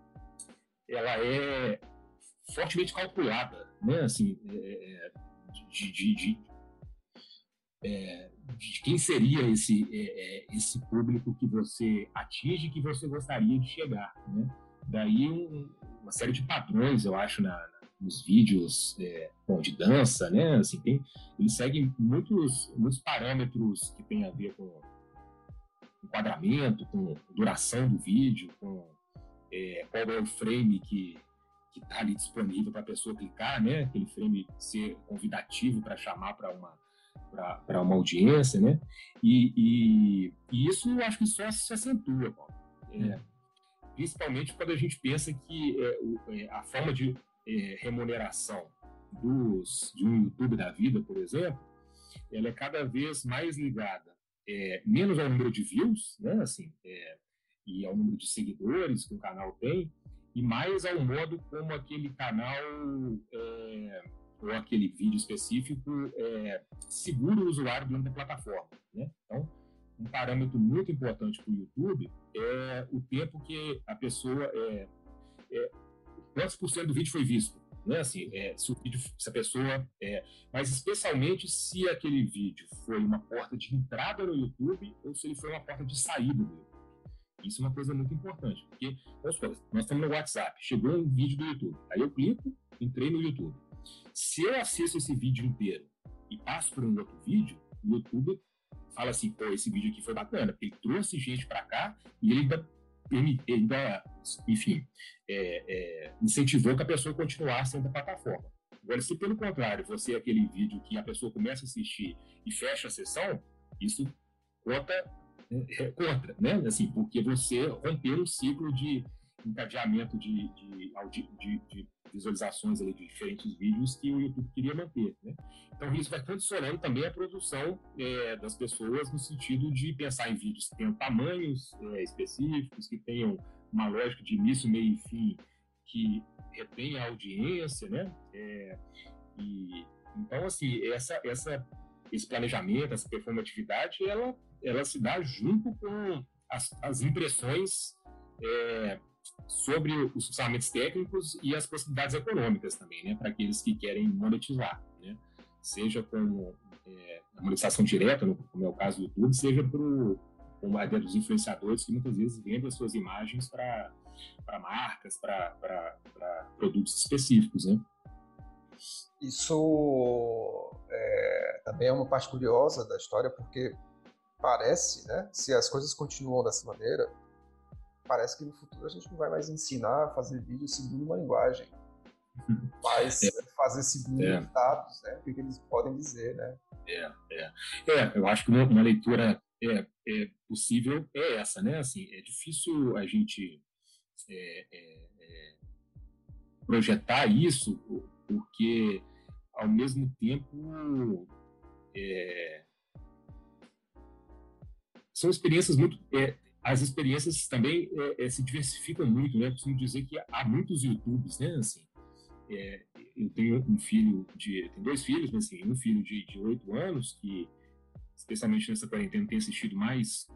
ela é fortemente calculada, né? Assim, é, de, de, de, é, de quem seria esse, é, esse público que você atinge, que você gostaria de chegar, né? Daí um, uma série de padrões, eu acho, na, na, nos vídeos é, bom, de dança, né? Assim, tem, eles seguem muitos, muitos parâmetros que têm a ver com enquadramento, com duração do vídeo, com é, qual é o frame que que está ali disponível para a pessoa clicar, né? Aquele frame ser convidativo para chamar para uma para uma audiência, né? E, e, e isso eu acho que só se acentua, Paulo. É, principalmente quando a gente pensa que é, o, é, a forma de é, remuneração dos, de um YouTube da vida, por exemplo, ela é cada vez mais ligada é, menos ao número de views, né? Assim, é, e ao número de seguidores que o canal tem, e mais ao modo como aquele canal é, ou aquele vídeo específico é, segura o usuário dentro da plataforma, né? Então, um parâmetro muito importante para o YouTube é o tempo que a pessoa... É, é, quantos por cento do vídeo foi visto, né? Assim, é, se, o vídeo, se a pessoa... É, mas especialmente se aquele vídeo foi uma porta de entrada no YouTube ou se ele foi uma porta de saída do YouTube. Isso é uma coisa muito importante, porque nós estamos no WhatsApp, chegou um vídeo do YouTube, aí eu clico, entrei no YouTube. Se eu assisto esse vídeo inteiro e passo por um outro vídeo, o YouTube fala assim, pô, esse vídeo aqui foi bacana, porque ele trouxe gente para cá e ele ainda, ele ainda enfim, é, é, incentivou que a pessoa continuasse dentro da plataforma. Agora, se pelo contrário, você é aquele vídeo que a pessoa começa a assistir e fecha a sessão, isso conta... É contra, né? Assim, porque você rompeu um ciclo de encadeamento de, de, de, de visualizações ali de diferentes vídeos que o YouTube queria manter, né? Então isso vai condicionando também a produção é, das pessoas no sentido de pensar em vídeos que tenham tamanhos é, específicos, que tenham uma lógica de início, meio e fim, que retenha a audiência, né? É, e, então, assim, essa, essa, esse planejamento, essa performatividade, ela, ela se dá junto com as, as impressões é, sobre os funcionamentos técnicos e as possibilidades econômicas também, né? Para aqueles que querem monetizar, né? Seja com é, a monetização direta, no, como é o caso do YouTube, seja por como a ideia dos influenciadores que muitas vezes vendem as suas imagens para marcas, para produtos específicos, né? Isso é, também é uma parte curiosa da história, porque parece, né, se as coisas continuam dessa maneira, parece que no futuro a gente não vai mais ensinar a fazer vídeo segundo uma linguagem, mas é. fazer segundo é. dados, né, o que eles podem dizer, né? É, é. é eu acho que uma, uma leitura é, é possível é essa, né? Assim, é difícil a gente é, é, é, projetar isso, porque ao mesmo tempo é, são experiências muito é, as experiências também é, é, se diversificam muito, né? Eu costumo dizer que há muitos YouTubes, né? Assim, é, eu tenho um filho de tenho dois filhos, mas assim, um filho de, de oito anos que, especialmente nessa quarentena, tem assistido mais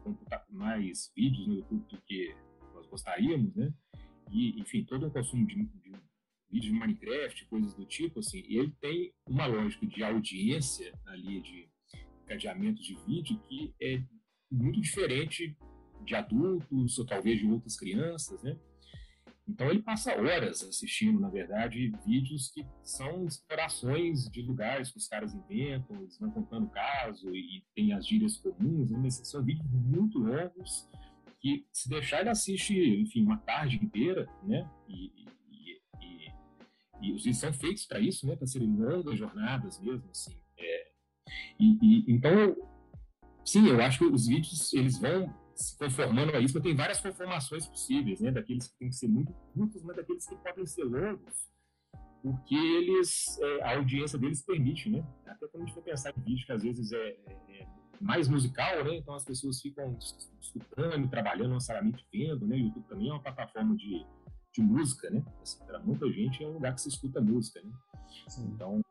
mais vídeos no YouTube do que nós gostaríamos, né? E, enfim, todo o consumo de, de vídeos de Minecraft, coisas do tipo, assim, e ele tem uma lógica de audiência ali, de encadeamento de vídeo que é muito diferente de adultos ou talvez de outras crianças, né? Então ele passa horas assistindo, na verdade, vídeos que são explorações de lugares que os caras inventam, eles vão contando caso e tem as gírias comuns, né? Mas são vídeos muito longos que, se deixar, ele assiste, enfim, uma tarde inteira, né? E, e, e, e os vídeos são feitos para isso, né? Para serem longas jornadas mesmo, assim. É, e, e, então, sim, eu acho que os vídeos, eles vão se conformando a isso, mas tem várias conformações possíveis, né? Daqueles que tem que ser muito curtos, mas daqueles que podem ser longos, porque eles, é, a audiência deles permite, né? Até quando a gente for pensar em vídeo que às vezes é, é, é mais musical, né? Então as pessoas ficam escutando, trabalhando, não necessariamente vendo, né? O YouTube também é uma plataforma de, de música, né? Assim, para muita gente é um lugar que se escuta música, né? Sim. Então,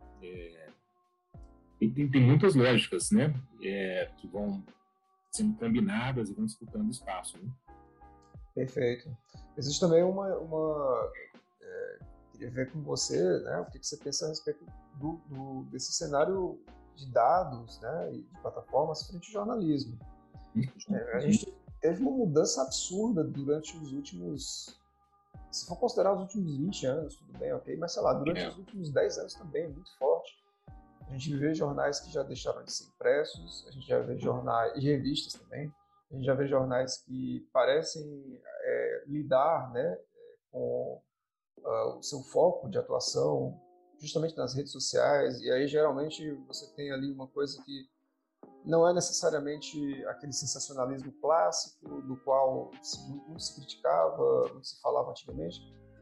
é, tem, tem, tem muitas lógicas, né? É, que vão sendo combinadas e vão disputando espaço, né? Perfeito. Existe também uma... uma é, queria ver com você, né, o que, que você pensa a respeito do, do, desse cenário de dados, né, e de plataformas frente ao jornalismo. Uhum. É, a gente teve uma mudança absurda durante os últimos... Se for considerar os últimos vinte anos, tudo bem, ok? Mas, sei lá, durante é. os últimos dez anos também, muito forte. A gente vê jornais que já deixaram de ser impressos, a gente já vê jornais, e revistas também, a gente já vê jornais que parecem é, lidar, né, com uh, o seu foco de atuação justamente nas redes sociais, e aí geralmente você tem ali uma coisa que não é necessariamente aquele sensacionalismo clássico do qual se, muito se criticava, muito se falava antigamente,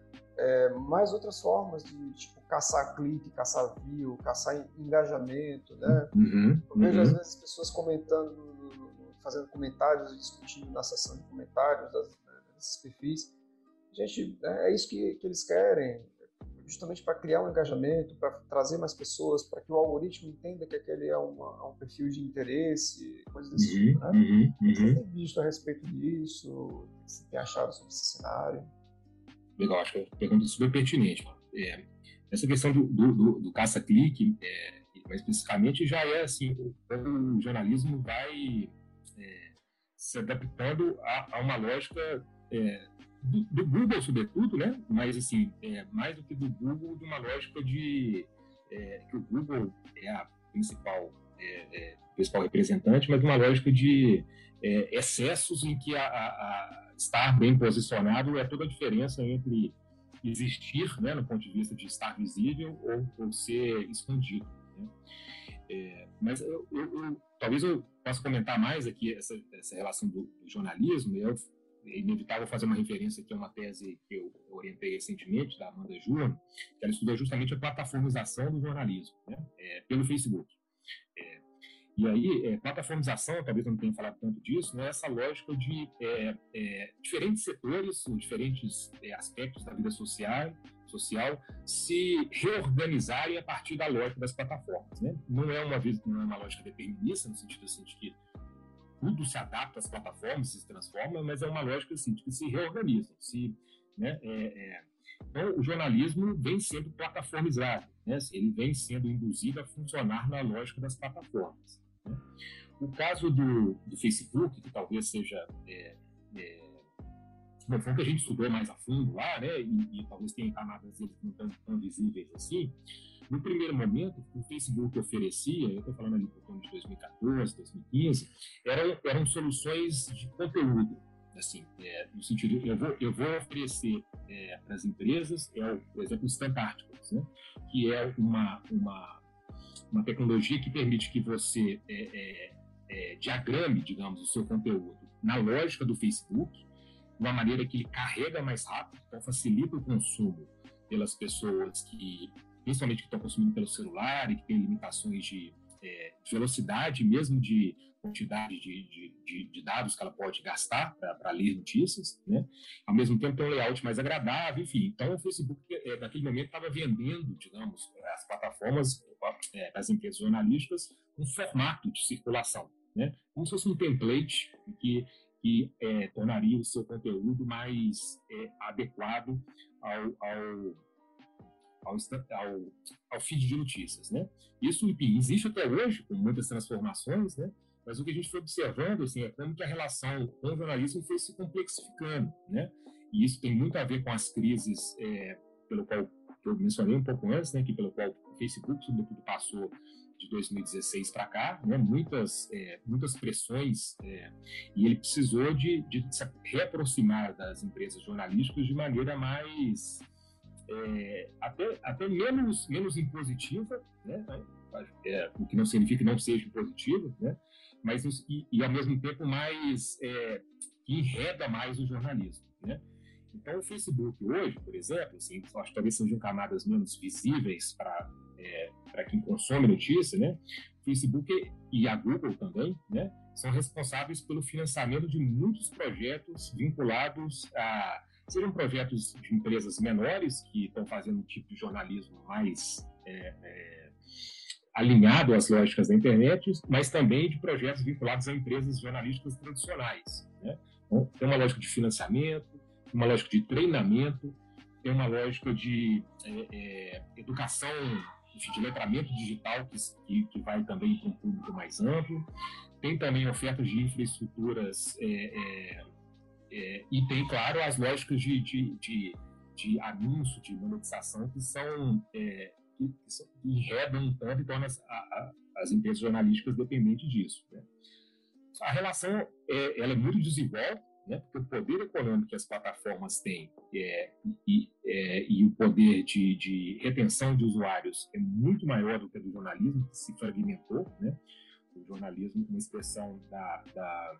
é, mais outras formas de tipo, caçar clique, caçar view, caçar engajamento, né? Uhum, Eu vejo uhum. às vezes pessoas comentando, fazendo comentários, discutindo na seção de comentários das, né, desses perfis. Gente, é isso que, que eles querem, justamente para criar um engajamento, para trazer mais pessoas, para que o algoritmo entenda que aquele é, uma, é um perfil de interesse, coisas desse uhum, tipo, né? Uhum, O que você uhum. tem visto a respeito disso? O que você tem achado sobre esse cenário? Legal, acho que é uma pergunta super pertinente. É, essa questão do, do, do, do caça-clique, é, mais especificamente, já é assim, o, o jornalismo vai é, se adaptando a, a uma lógica é, do, do Google, sobretudo, né? Mas, assim, é, mais do que do Google, de uma lógica de é, que o Google é a principal, é, é, principal representante, mas de uma lógica de é, excessos em que a, a, a estar bem posicionado é toda a diferença entre existir, né, no ponto de vista de estar visível ou, ou ser escondido, né? É, mas eu, eu, eu, talvez eu possa comentar mais aqui essa, essa relação do, do jornalismo. Eu é inevitável fazer uma referência aqui a uma tese que eu orientei recentemente, da Amanda Júnior, que ela estudou justamente a plataformização do jornalismo, né, é, pelo Facebook. É, e aí, é, plataformização, talvez eu não tenha falado tanto disso, né, essa lógica de é, é, diferentes setores, diferentes é, aspectos da vida social, social se reorganizarem a partir da lógica das plataformas. Né? Não é uma, não é uma lógica determinista, no sentido assim, de que tudo se adapta às plataformas, se transforma, mas é uma lógica assim, de que se reorganizam. Se, né, é, é... Então, o jornalismo vem sendo plataformizado, né? Ele vem sendo induzido a funcionar na lógica das plataformas. Né? O caso do, do Facebook, que talvez seja... É, é, Bom, foi o que a gente estudou mais a fundo lá, né? E, e talvez tenha camadas deles que não estão tão visíveis assim. No primeiro momento, o que o Facebook oferecia, eu estou falando ali por torno de dois mil e quatorze, dois mil e quinze, eram, eram soluções de conteúdo. Assim, é, no sentido, eu vou, eu vou oferecer é, para as empresas, é, por exemplo, o Stamp Articles, né? Que é uma, uma, uma tecnologia que permite que você é, é, é, diagrame, digamos, o seu conteúdo na lógica do Facebook, de uma maneira que ele carrega mais rápido, então facilita o consumo pelas pessoas que, principalmente que estão consumindo pelo celular e que têm limitações de, é, de velocidade, mesmo de quantidade de, de, de, de dados que ela pode gastar para ler notícias, né? Ao mesmo tempo tem um layout mais agradável, enfim. Então o Facebook, é, naquele momento, estava vendendo, digamos, as plataformas, é, as empresas jornalísticas, um formato de circulação, né? Como se fosse um template que que é, tornaria o seu conteúdo mais é, adequado ao, ao, ao, ao, ao feed de notícias, né? Isso, enfim, existe até hoje, com muitas transformações, né? Mas o que a gente foi observando assim, é como que a relação com o jornalismo foi se complexificando, né? E isso tem muito a ver com as crises, é, pelo qual que eu mencionei um pouco antes, né? Que pelo qual o Facebook, sobretudo, passou de dois mil e dezesseis para cá, né, muitas, é, muitas pressões, é, e ele precisou de, de se reaproximar das empresas jornalísticas de maneira mais, é, até, até menos, menos impositiva, né, é, o que não significa que não seja impositiva, né, mas e, e ao mesmo tempo mais, é, que enreda mais o jornalismo, né. Então, o Facebook hoje, por exemplo, assim, acho que talvez sejam camadas menos visíveis para é, para quem consome notícia, né? O Facebook e a Google também, né? São responsáveis pelo financiamento de muitos projetos vinculados a... Sejam projetos de empresas menores que estão fazendo um tipo de jornalismo mais é, é, alinhado às lógicas da internet, mas também de projetos vinculados a empresas jornalísticas tradicionais, né? Então, tem uma lógica de financiamento, uma lógica de treinamento, tem uma lógica de é, é, educação, enfim, de letramento digital que, que, que vai também para um público mais amplo, tem também ofertas de infraestruturas é, é, é, e tem, claro, as lógicas de, de, de, de anúncio, de monetização que são, é, que, que, são, que enredam um tanto e tornam as, a, a, as empresas jornalísticas dependentes disso, né? A relação é, ela é muito desigual, né? Porque o poder econômico que as plataformas têm é, e, é, e o poder de, de retenção de usuários é muito maior do que o do jornalismo, que se fragmentou, né? O jornalismo, uma expressão da... da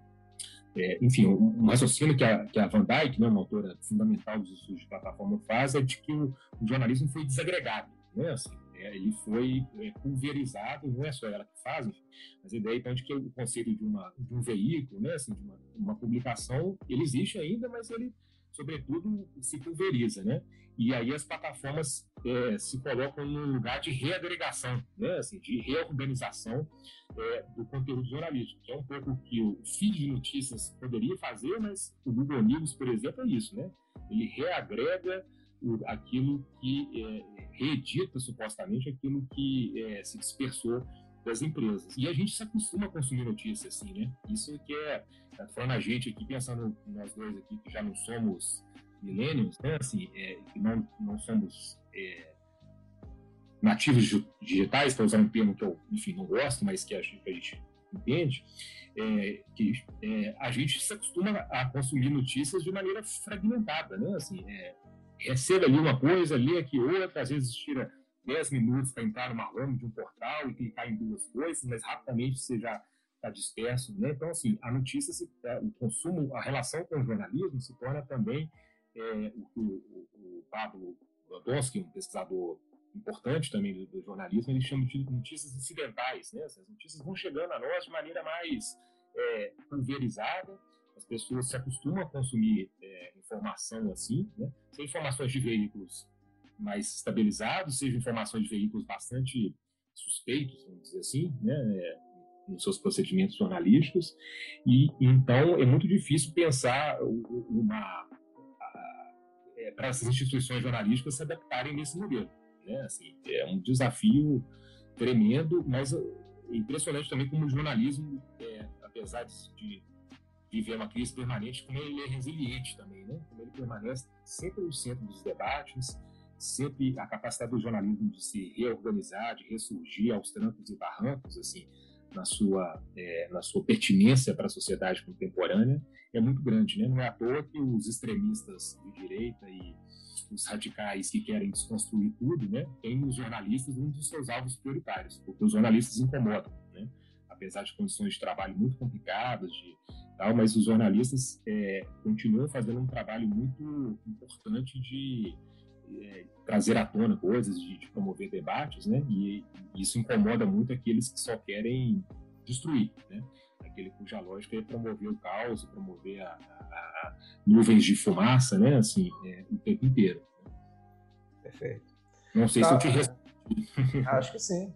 é, enfim, um raciocínio que a, que a Van Dyke, né, uma autora fundamental dos estudos de plataforma, faz é de que o, o jornalismo foi desagregado, né? Assim, é, ele foi é, pulverizado, não é só ela que faz, enfim, mas a ideia então de que o conceito de, uma, de um veículo, né, assim, de uma, uma publicação, ele existe ainda, mas ele, sobretudo, se pulveriza, né? E aí as plataformas é, se colocam num lugar de reagregação, né, assim, de reorganização é, do conteúdo jornalístico, que é um pouco o que o feed de notícias poderia fazer, mas o Google News, por exemplo, é isso, né? Ele reagrega o, aquilo que é, reedita, supostamente, aquilo que é, se dispersou das empresas. E a gente se acostuma a consumir notícias assim, né? Isso que é, tá falando a gente aqui, pensando nós dois aqui, que já não somos millennials, né? Assim, é, que não, não somos é, nativos digitais, para usar um termo que eu, enfim, não gosto, mas que a gente, que a gente entende, é, que é, a gente se acostuma a consumir notícias de maneira fragmentada, né? Assim, é, recebe ali uma coisa, lê aqui outra, às vezes tira dez minutos para entrar numa home de um portal e clicar em duas coisas, mas rapidamente você já está disperso, né? Então, assim, a notícia, se, o consumo, a relação com o jornalismo se torna também é, o que o, o Pablo Donsky, um pesquisador importante também do, do jornalismo, ele chama de notícias incidentais, né? Essas notícias vão chegando a nós de maneira mais é, pulverizada, as pessoas se acostumam a consumir é, informação assim, né? São informações de veículos mais estabilizados, sejam informações de veículos bastante suspeitos, vamos dizer assim, né? É, nos seus procedimentos jornalísticos, e então é muito difícil pensar uma é, para essas instituições jornalísticas se adaptarem nesse modelo, né? Assim, é um desafio tremendo, mas é impressionante também como o jornalismo, é, apesar de viver uma crise permanente, como ele é resiliente também, né? Como ele permanece sempre no centro dos debates, sempre a capacidade do jornalismo de se reorganizar, de ressurgir aos trancos e barrancos, assim, na sua, é, na sua pertinência para a sociedade contemporânea, é muito grande, né? Não é à toa que os extremistas de direita e os radicais que querem desconstruir tudo, né, têm os jornalistas um dos seus alvos prioritários, porque os jornalistas incomodam, né? Apesar de condições de trabalho muito complicadas, de, tal, mas os jornalistas é, continuam fazendo um trabalho muito importante de é, trazer à tona coisas, de, de promover debates, né? E, e isso incomoda muito aqueles que só querem destruir, né? Aquele cuja lógica é promover o caos, promover a, a, a nuvens de fumaça, né? Assim, é, o tempo inteiro. Perfeito. Não sei tá, se eu te respondi. Acho que sim.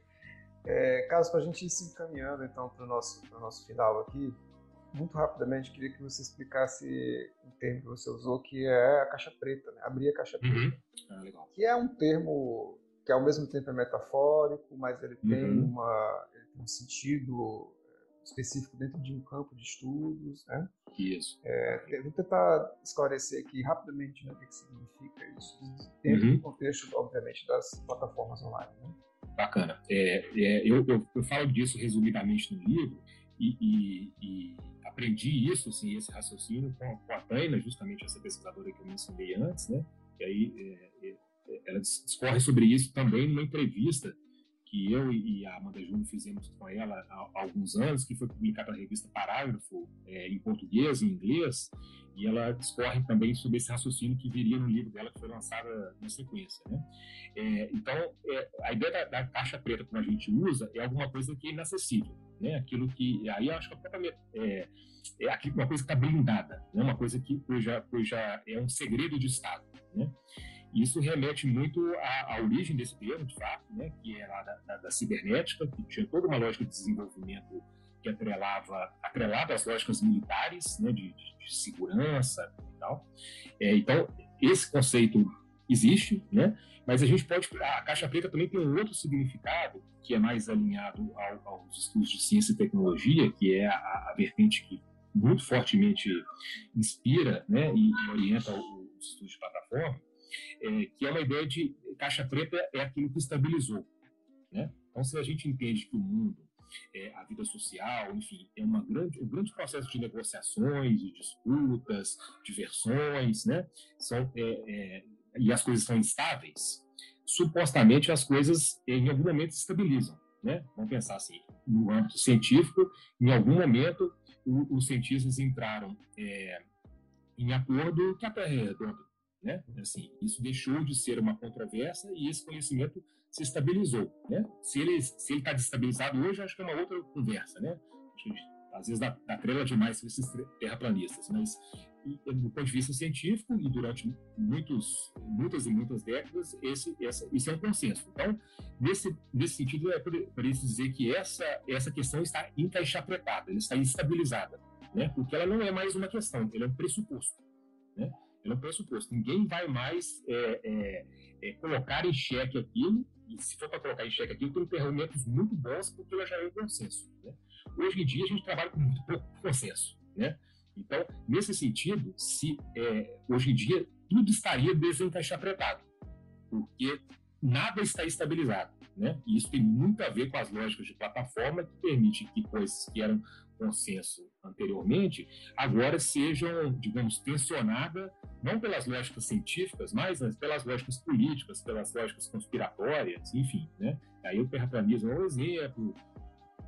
É, Carlos, para a gente ir se encaminhando então para o nosso, pro nosso final aqui, muito rapidamente queria que você explicasse um termo que você usou, que é a caixa preta, né? Abrir a caixa preta. Uhum. Ah, legal. Que é um termo que ao mesmo tempo é metafórico, mas ele tem, Uhum. uma, ele tem um sentido específico dentro de um campo de estudos, né? Isso. É, vou tentar esclarecer aqui rapidamente, né, o que, que significa isso, dentro Uhum. do contexto, obviamente, das plataformas online, né? Bacana. É, é, eu, eu, eu falo disso resumidamente no livro e, e, e aprendi isso, assim, esse raciocínio com, com a Taina, justamente essa pesquisadora que eu mencionei antes, né? E aí é, é, ela discorre sobre isso também numa entrevista que eu e a Amanda Júnior fizemos com ela há, há alguns anos, que foi publicada na revista Parágrafo, é, em português e em inglês, e ela discorre também sobre esse raciocínio que viria no livro dela, que foi lançado na sequência, né? É, então, é, a ideia da, da caixa preta como a gente usa é alguma coisa que é inacessível, né? Aquilo que, aí eu acho que é, é, é aquilo, uma coisa que está blindada, né? Uma coisa que cuja, cuja é um segredo de Estado, né? Isso remete muito à, à origem desse termo, de fato, né, que é lá da, da, da cibernética, que tinha toda uma lógica de desenvolvimento que atrelava, atrelava as lógicas militares, né, de, de, de segurança e tal. É, então, esse conceito existe, né, mas a gente pode... A caixa preta também tem um outro significado, que é mais alinhado ao, aos estudos de ciência e tecnologia, que é a, a vertente que muito fortemente inspira, né, e, e orienta os estudos de plataforma, É, que é uma ideia de caixa preta é aquilo que estabilizou, né? Então, se a gente entende que o mundo, é, a vida social, enfim, é uma grande, um grande processo de negociações, de disputas, diversões, né? São, é, é, e as coisas são instáveis, supostamente as coisas em algum momento se estabilizam, né? Vamos pensar assim, no âmbito científico, em algum momento o, os cientistas entraram é, em acordo que a Terra é redonda, né? Assim, isso deixou de ser uma controvérsia e esse conhecimento se estabilizou, né? Se ele se ele está desestabilizado hoje, acho que é uma outra conversa, né? Acho que, às vezes dá, dá trela demais com esses terraplanistas, mas e, do ponto de vista científico e durante muitos, muitas e muitas décadas, esse, essa, isso é um consenso. Então, nesse, nesse sentido, é por isso dizer que essa, essa questão está encaixapretada, ela está estabilizada, né? Porque ela não é mais uma questão, ela é um pressuposto, né? Ela é um pressuposto. Ninguém vai mais é, é, é, colocar em xeque aquilo, e se for para colocar em xeque aquilo, tem ferramentas muito boas, porque ela já é um consenso, né? Hoje em dia, a gente trabalha com muito pouco consenso, né? Então, nesse sentido, se, é, hoje em dia, tudo estaria desencaixapretado, porque nada está estabilizado, né? E isso tem muito a ver com as lógicas de plataforma que permite que coisas que eram consenso anteriormente, agora sejam, digamos, tensionadas, não pelas lógicas científicas, mas, mas pelas lógicas políticas, pelas lógicas conspiratórias, enfim, né? Aí o terraplanismo é um exemplo,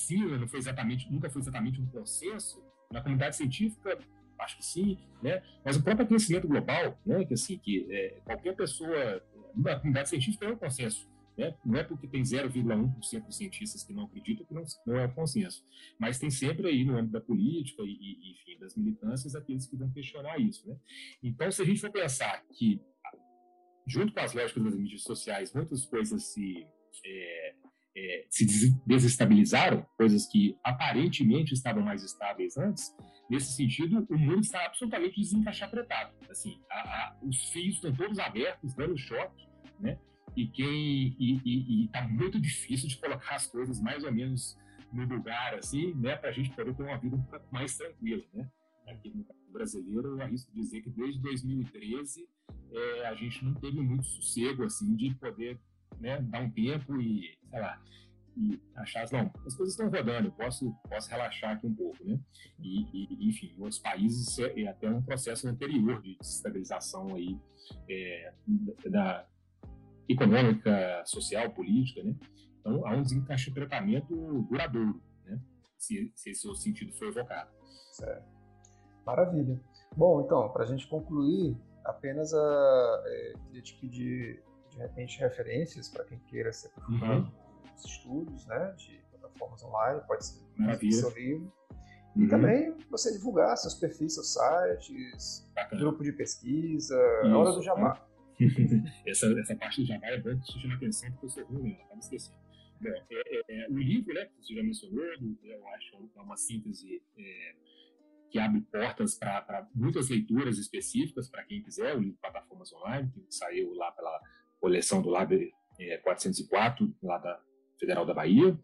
vacina não foi exatamente, nunca foi exatamente um consenso. Na comunidade científica, acho que sim, né? Mas o próprio aquecimento global, né? Que assim, que é, qualquer pessoa na comunidade científica é um consenso, né? Não é porque tem zero vírgula um por cento dos cientistas que não acreditam que não, não é um consenso, mas tem sempre aí no âmbito da política e, e enfim, das militâncias aqueles que vão questionar isso, né? Então, se a gente for pensar que junto com as lógicas das mídias sociais, muitas coisas se é, É, se desestabilizaram, coisas que aparentemente estavam mais estáveis antes. Nesse sentido, o mundo está absolutamente desencaixapretado. Assim, a, a, os fios estão todos abertos, dando choque, né? E quem e está muito difícil de colocar as coisas mais ou menos no lugar, assim, né? Para a gente poder ter uma vida um pouco mais tranquila, né? Aqui no caso brasileiro, eu arrisco dizer que desde dois mil e treze é, a gente não teve muito sossego, assim, de poder, né, dar um tempo e, sei lá, e achar, não, as coisas estão rodando, eu posso, posso relaxar aqui um pouco, né? E, e enfim, em outros países é, é até um processo anterior de desestabilização aí, é, da econômica, social, política, né? Então, há um desencaixotamento duradouro, né? Se, se esse o sentido for evocado. Certo. Maravilha. Bom, então, para a gente concluir, apenas a, é, queria te pedir, de repente, referências para quem queira se aprofundar uhum. nos estudos, né, de plataformas online, pode ser no seu livro. Uhum. E também você divulgar seus perfis, seus sites, Bacana. Grupo de pesquisa, Isso. a hora do jabá. essa, essa parte do jabá é bom que chama atenção, porque eu sou ruim, eu estava esquecendo. Bom, é, é, o livro, né, que você já mencionou, eu acho que é uma síntese é, que abre portas para muitas leituras específicas para quem quiser, o livro Plataformas Online, que saiu lá pela coleção do Lab é, quatrocentos e quatro, lá da Federal da Bahia.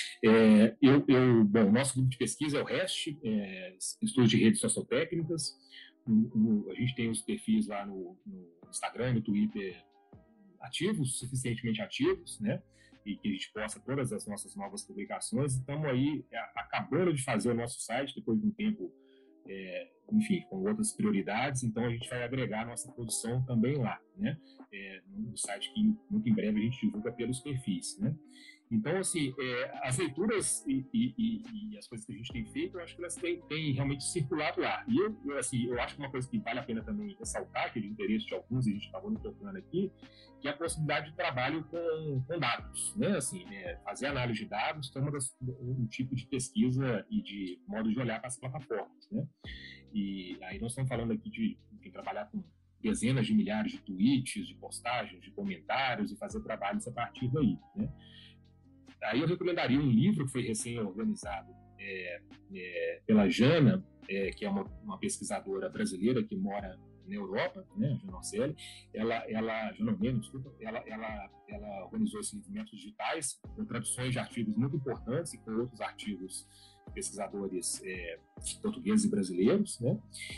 É, eu, eu, bom, o nosso grupo de pesquisa é o REST, é, Estudos de Redes Sociotécnicas. Um, um, a gente tem os perfis lá no, no Instagram e no Twitter ativos, suficientemente ativos, né? E que a gente posta todas as nossas novas publicações. Estamos aí é, acabando de fazer o nosso site, depois de um tempo, é, enfim, com outras prioridades, então a gente vai agregar a nossa produção também lá, né? É, no site que muito em breve a gente divulga pelos perfis, né? Então, assim, é, as leituras e, e, e, e as coisas que a gente tem feito, eu acho que elas têm, têm realmente circulado lá. E eu, eu, assim, eu acho que uma coisa que vale a pena também ressaltar, que é de interesse de alguns, e a gente estava no tocando aqui, que é a possibilidade de trabalho com, com dados, né? Assim, é, fazer análise de dados é uma das, um tipo de pesquisa e de modo de olhar para as plataformas, né? E aí nós estamos falando aqui de, de trabalhar com dezenas de milhares de tweets, de postagens, de comentários e fazer trabalhos a partir daí, né? Aí eu recomendaria um livro que foi recém-organizado é, é, pela Jana, é, que é uma, uma pesquisadora brasileira que mora na Europa, né, a Jana Orselli. Ela, ela, Jana Orselli, desculpa, ela, ela, ela organizou esse livro Métodos Digitais, com traduções de artigos muito importantes e com outros artigos pesquisadores é, portugueses e brasileiros, né,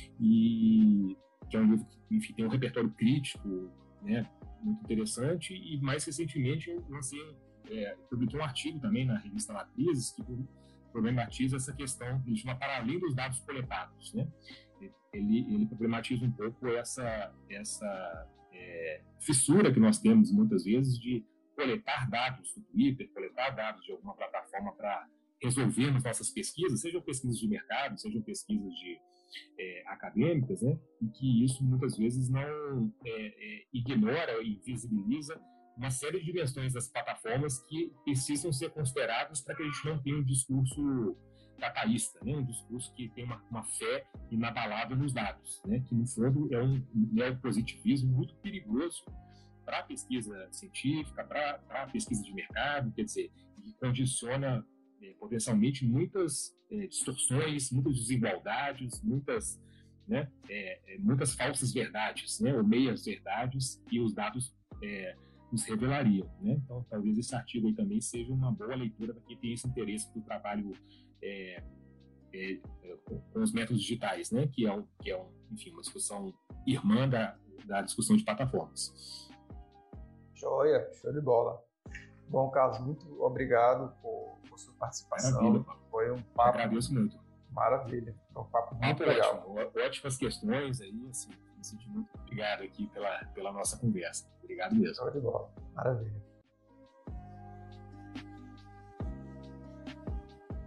e que é um livro que, enfim, tem um repertório crítico, né, muito interessante. E mais recentemente eu lancei É, publiquei um artigo também na revista Matrizes que problematiza essa questão, ele chama Para Além dos Dados Coletados, né? Ele, ele problematiza um pouco essa, essa é, fissura que nós temos muitas vezes de coletar dados do Twitter, coletar dados de alguma plataforma para resolvermos nossas pesquisas, sejam pesquisas de mercado, sejam pesquisas de, é, acadêmicas, né? E que isso muitas vezes não é, é, ignora e invisibiliza uma série de dimensões das plataformas que precisam ser consideradas para que a gente não tenha um discurso dataísta, né? Um discurso que tem uma, uma fé inabalável nos dados, né? Que, no fundo, é um neopositivismo muito perigoso para a pesquisa científica, para a pesquisa de mercado, quer dizer, que condiciona é, potencialmente muitas é, distorções, muitas desigualdades, muitas, né, é, é, muitas falsas verdades, né? Ou meias verdades que os dados é, nos revelariam, né? Então, talvez esse artigo aí também seja uma boa leitura para quem tem esse interesse pelo trabalho é, é, com os métodos digitais, né? Que é, um, que é um, enfim, uma discussão irmã da, da discussão de plataformas. Joia, show de bola. Bom, Carlos, muito obrigado por, por sua participação. Maravilha, foi um papo. Agradeço muito. Maravilha, foi um papo muito papo legal. Ótimo, ótimas questões aí, assim. Me senti muito obrigado aqui pela, pela nossa conversa. Obrigado mesmo. Show de bola. Maravilha.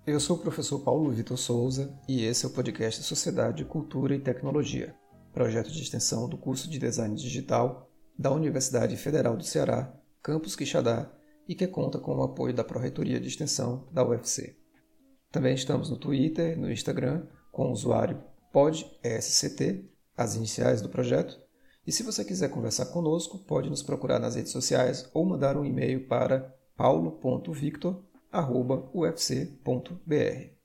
Eu sou o professor Paulo Vitor Souza e esse é o podcast Sociedade, Cultura e Tecnologia, projeto de extensão do curso de Design Digital da Universidade Federal do Ceará, Campus Quixadá, e que conta com o apoio da Pró-Reitoria de Extensão da U F C. Também estamos no Twitter e no Instagram com o usuário PodESCT, as iniciais do projeto, e se você quiser conversar conosco, pode nos procurar nas redes sociais ou mandar um e-mail para paulo ponto victor arroba u f c ponto b r.